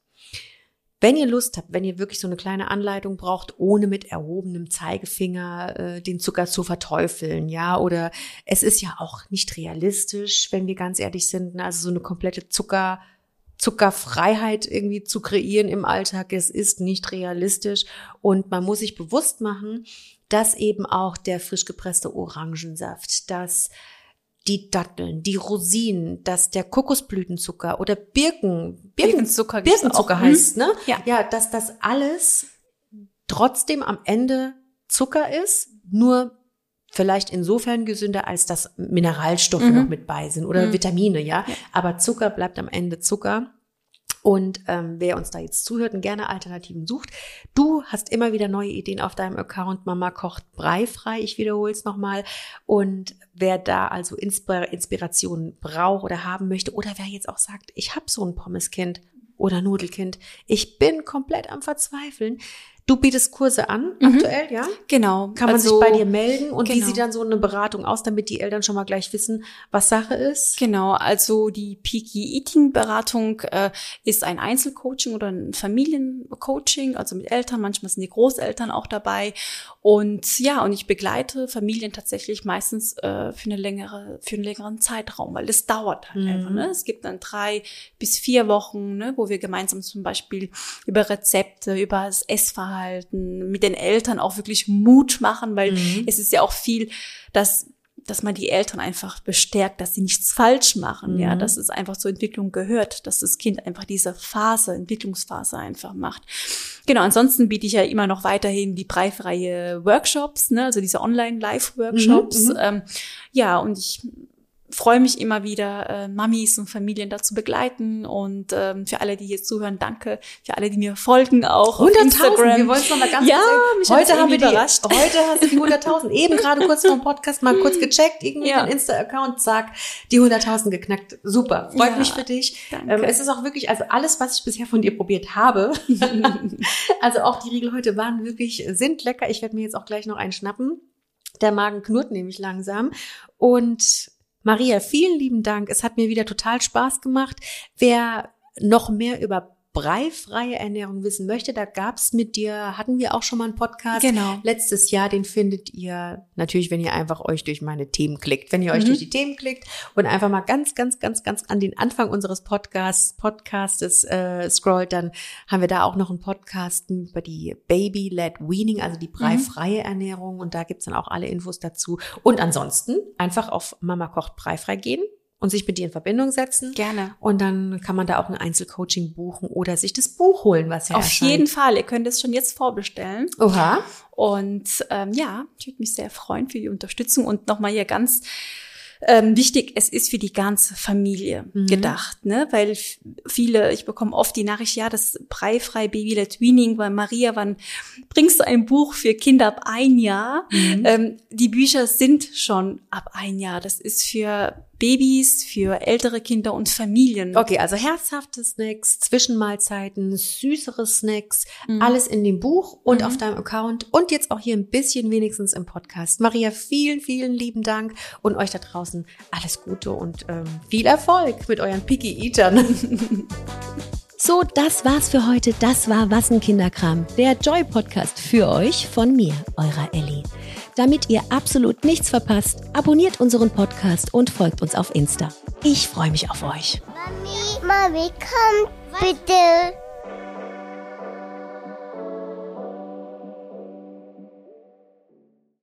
Wenn ihr Lust habt, wenn ihr wirklich so eine kleine Anleitung braucht, ohne mit erhobenem Zeigefinger äh, den Zucker zu verteufeln, ja, oder es ist ja auch nicht realistisch, wenn wir ganz ehrlich sind, also so eine komplette Zucker, Zuckerfreiheit irgendwie zu kreieren im Alltag, es ist nicht realistisch und man muss sich bewusst machen, dass eben auch der frisch gepresste Orangensaft, dass die Datteln, die Rosinen, dass der Kokosblütenzucker oder Birken, Birkenzucker, Birkenzucker heißt, ne? Ja. Ja, dass das alles trotzdem am Ende Zucker ist, nur vielleicht insofern gesünder, als dass Mineralstoffe mhm. noch mit bei sind oder mhm. Vitamine, ja? ja. Aber Zucker bleibt am Ende Zucker. Und ähm, wer uns da jetzt zuhört und gerne Alternativen sucht, du hast immer wieder neue Ideen auf deinem Account. Mama kocht breifrei, ich wiederhole es nochmal. Und wer da also Inspir- Inspiration braucht oder haben möchte oder wer jetzt auch sagt, ich habe so ein Pommeskind oder Nudelkind, ich bin komplett am Verzweifeln. Du bietest Kurse an, mhm. aktuell, ja? Genau. Kann man also, sich bei dir melden und genau. wie sieht dann so eine Beratung aus, damit die Eltern schon mal gleich wissen, was Sache ist? Genau, also die Peaky Eating Beratung äh, ist ein Einzelcoaching oder ein Familiencoaching, also mit Eltern, manchmal sind die Großeltern auch dabei und ja, und ich begleite Familien tatsächlich meistens äh, für eine längere, für einen längeren Zeitraum, weil das dauert halt mhm. einfach, ne? Es gibt dann drei bis vier Wochen, ne, wo wir gemeinsam zum Beispiel über Rezepte, über das Essverhalten mit den Eltern auch wirklich Mut machen, weil mhm. es ist ja auch viel, dass dass man die Eltern einfach bestärkt, dass sie nichts falsch machen, mhm. ja, dass es einfach zur Entwicklung gehört, dass das Kind einfach diese Phase, Entwicklungsphase einfach macht. Genau, ansonsten biete ich ja immer noch weiterhin die breifreie Workshops, ne, also diese Online-Live-Workshops, mhm. ähm, ja, und ich freue mich immer wieder, äh, Mamis und Familien dazu begleiten und ähm, für alle, die hier zuhören, danke. Für alle, die mir folgen auch auf Instagram. Wir wollen es nochmal ganz ja, kurz sagen. Heute haben wir die, überrascht. Heute hast du die hunderttausend. Eben gerade kurz vor dem Podcast mal kurz gecheckt, irgendwie ja. den Insta-Account, zack, die hunderttausend geknackt. Super, freut ja, mich für dich. Ähm, es ist auch wirklich, also alles, was ich bisher von dir probiert habe, also auch die Riegel heute waren wirklich, sind lecker. Ich werde mir jetzt auch gleich noch einen schnappen. Der Magen knurrt nämlich langsam und Maria, vielen lieben Dank. Es hat mir wieder total Spaß gemacht. Wer noch mehr über breifreie Ernährung wissen möchte, da gab's mit dir, hatten wir auch schon mal einen Podcast. Genau. Letztes Jahr, den findet ihr natürlich, wenn ihr einfach euch durch meine Themen klickt. Wenn ihr euch mhm. durch die Themen klickt und einfach mal ganz, ganz, ganz, ganz an den Anfang unseres Podcasts, Podcastes äh, scrollt, dann haben wir da auch noch einen Podcast über die Baby-led Weaning, also die breifreie mhm. Ernährung. Und da gibt's dann auch alle Infos dazu. Und ansonsten einfach auf Mama kocht breifrei gehen und sich mit dir in Verbindung setzen. Gerne. Und dann kann man da auch ein Einzelcoaching buchen oder sich das Buch holen, was ja Auf erscheint. jeden Fall. Ihr könnt es schon jetzt vorbestellen. Oha. Und ähm, ja, ich würde mich sehr freuen für die Unterstützung. Und nochmal hier ganz ähm, wichtig, es ist für die ganze Familie mhm. gedacht, ne? Weil viele, ich bekomme oft die Nachricht, ja, das breifrei Baby-led Weaning, weil Maria, wann bringst du ein Buch für Kinder ab ein Jahr? Mhm. Ähm, die Bücher sind schon ab ein Jahr. Das ist für Babys, für ältere Kinder und Familien. Okay, also herzhafte Snacks, Zwischenmahlzeiten, süßere Snacks, mhm. alles in dem Buch und mhm. auf deinem Account und jetzt auch hier ein bisschen wenigstens im Podcast. Maria, vielen, vielen lieben Dank und euch da draußen alles Gute und ähm, viel Erfolg mit euren Picky Eatern. So, das war's für heute. Das war Was 'n Kinderkram, der Joy-Podcast für euch von mir, eurer Elli. Damit ihr absolut nichts verpasst, abonniert unseren Podcast und folgt uns auf Insta. Ich freue mich auf euch. Mami. Mami, komm bitte.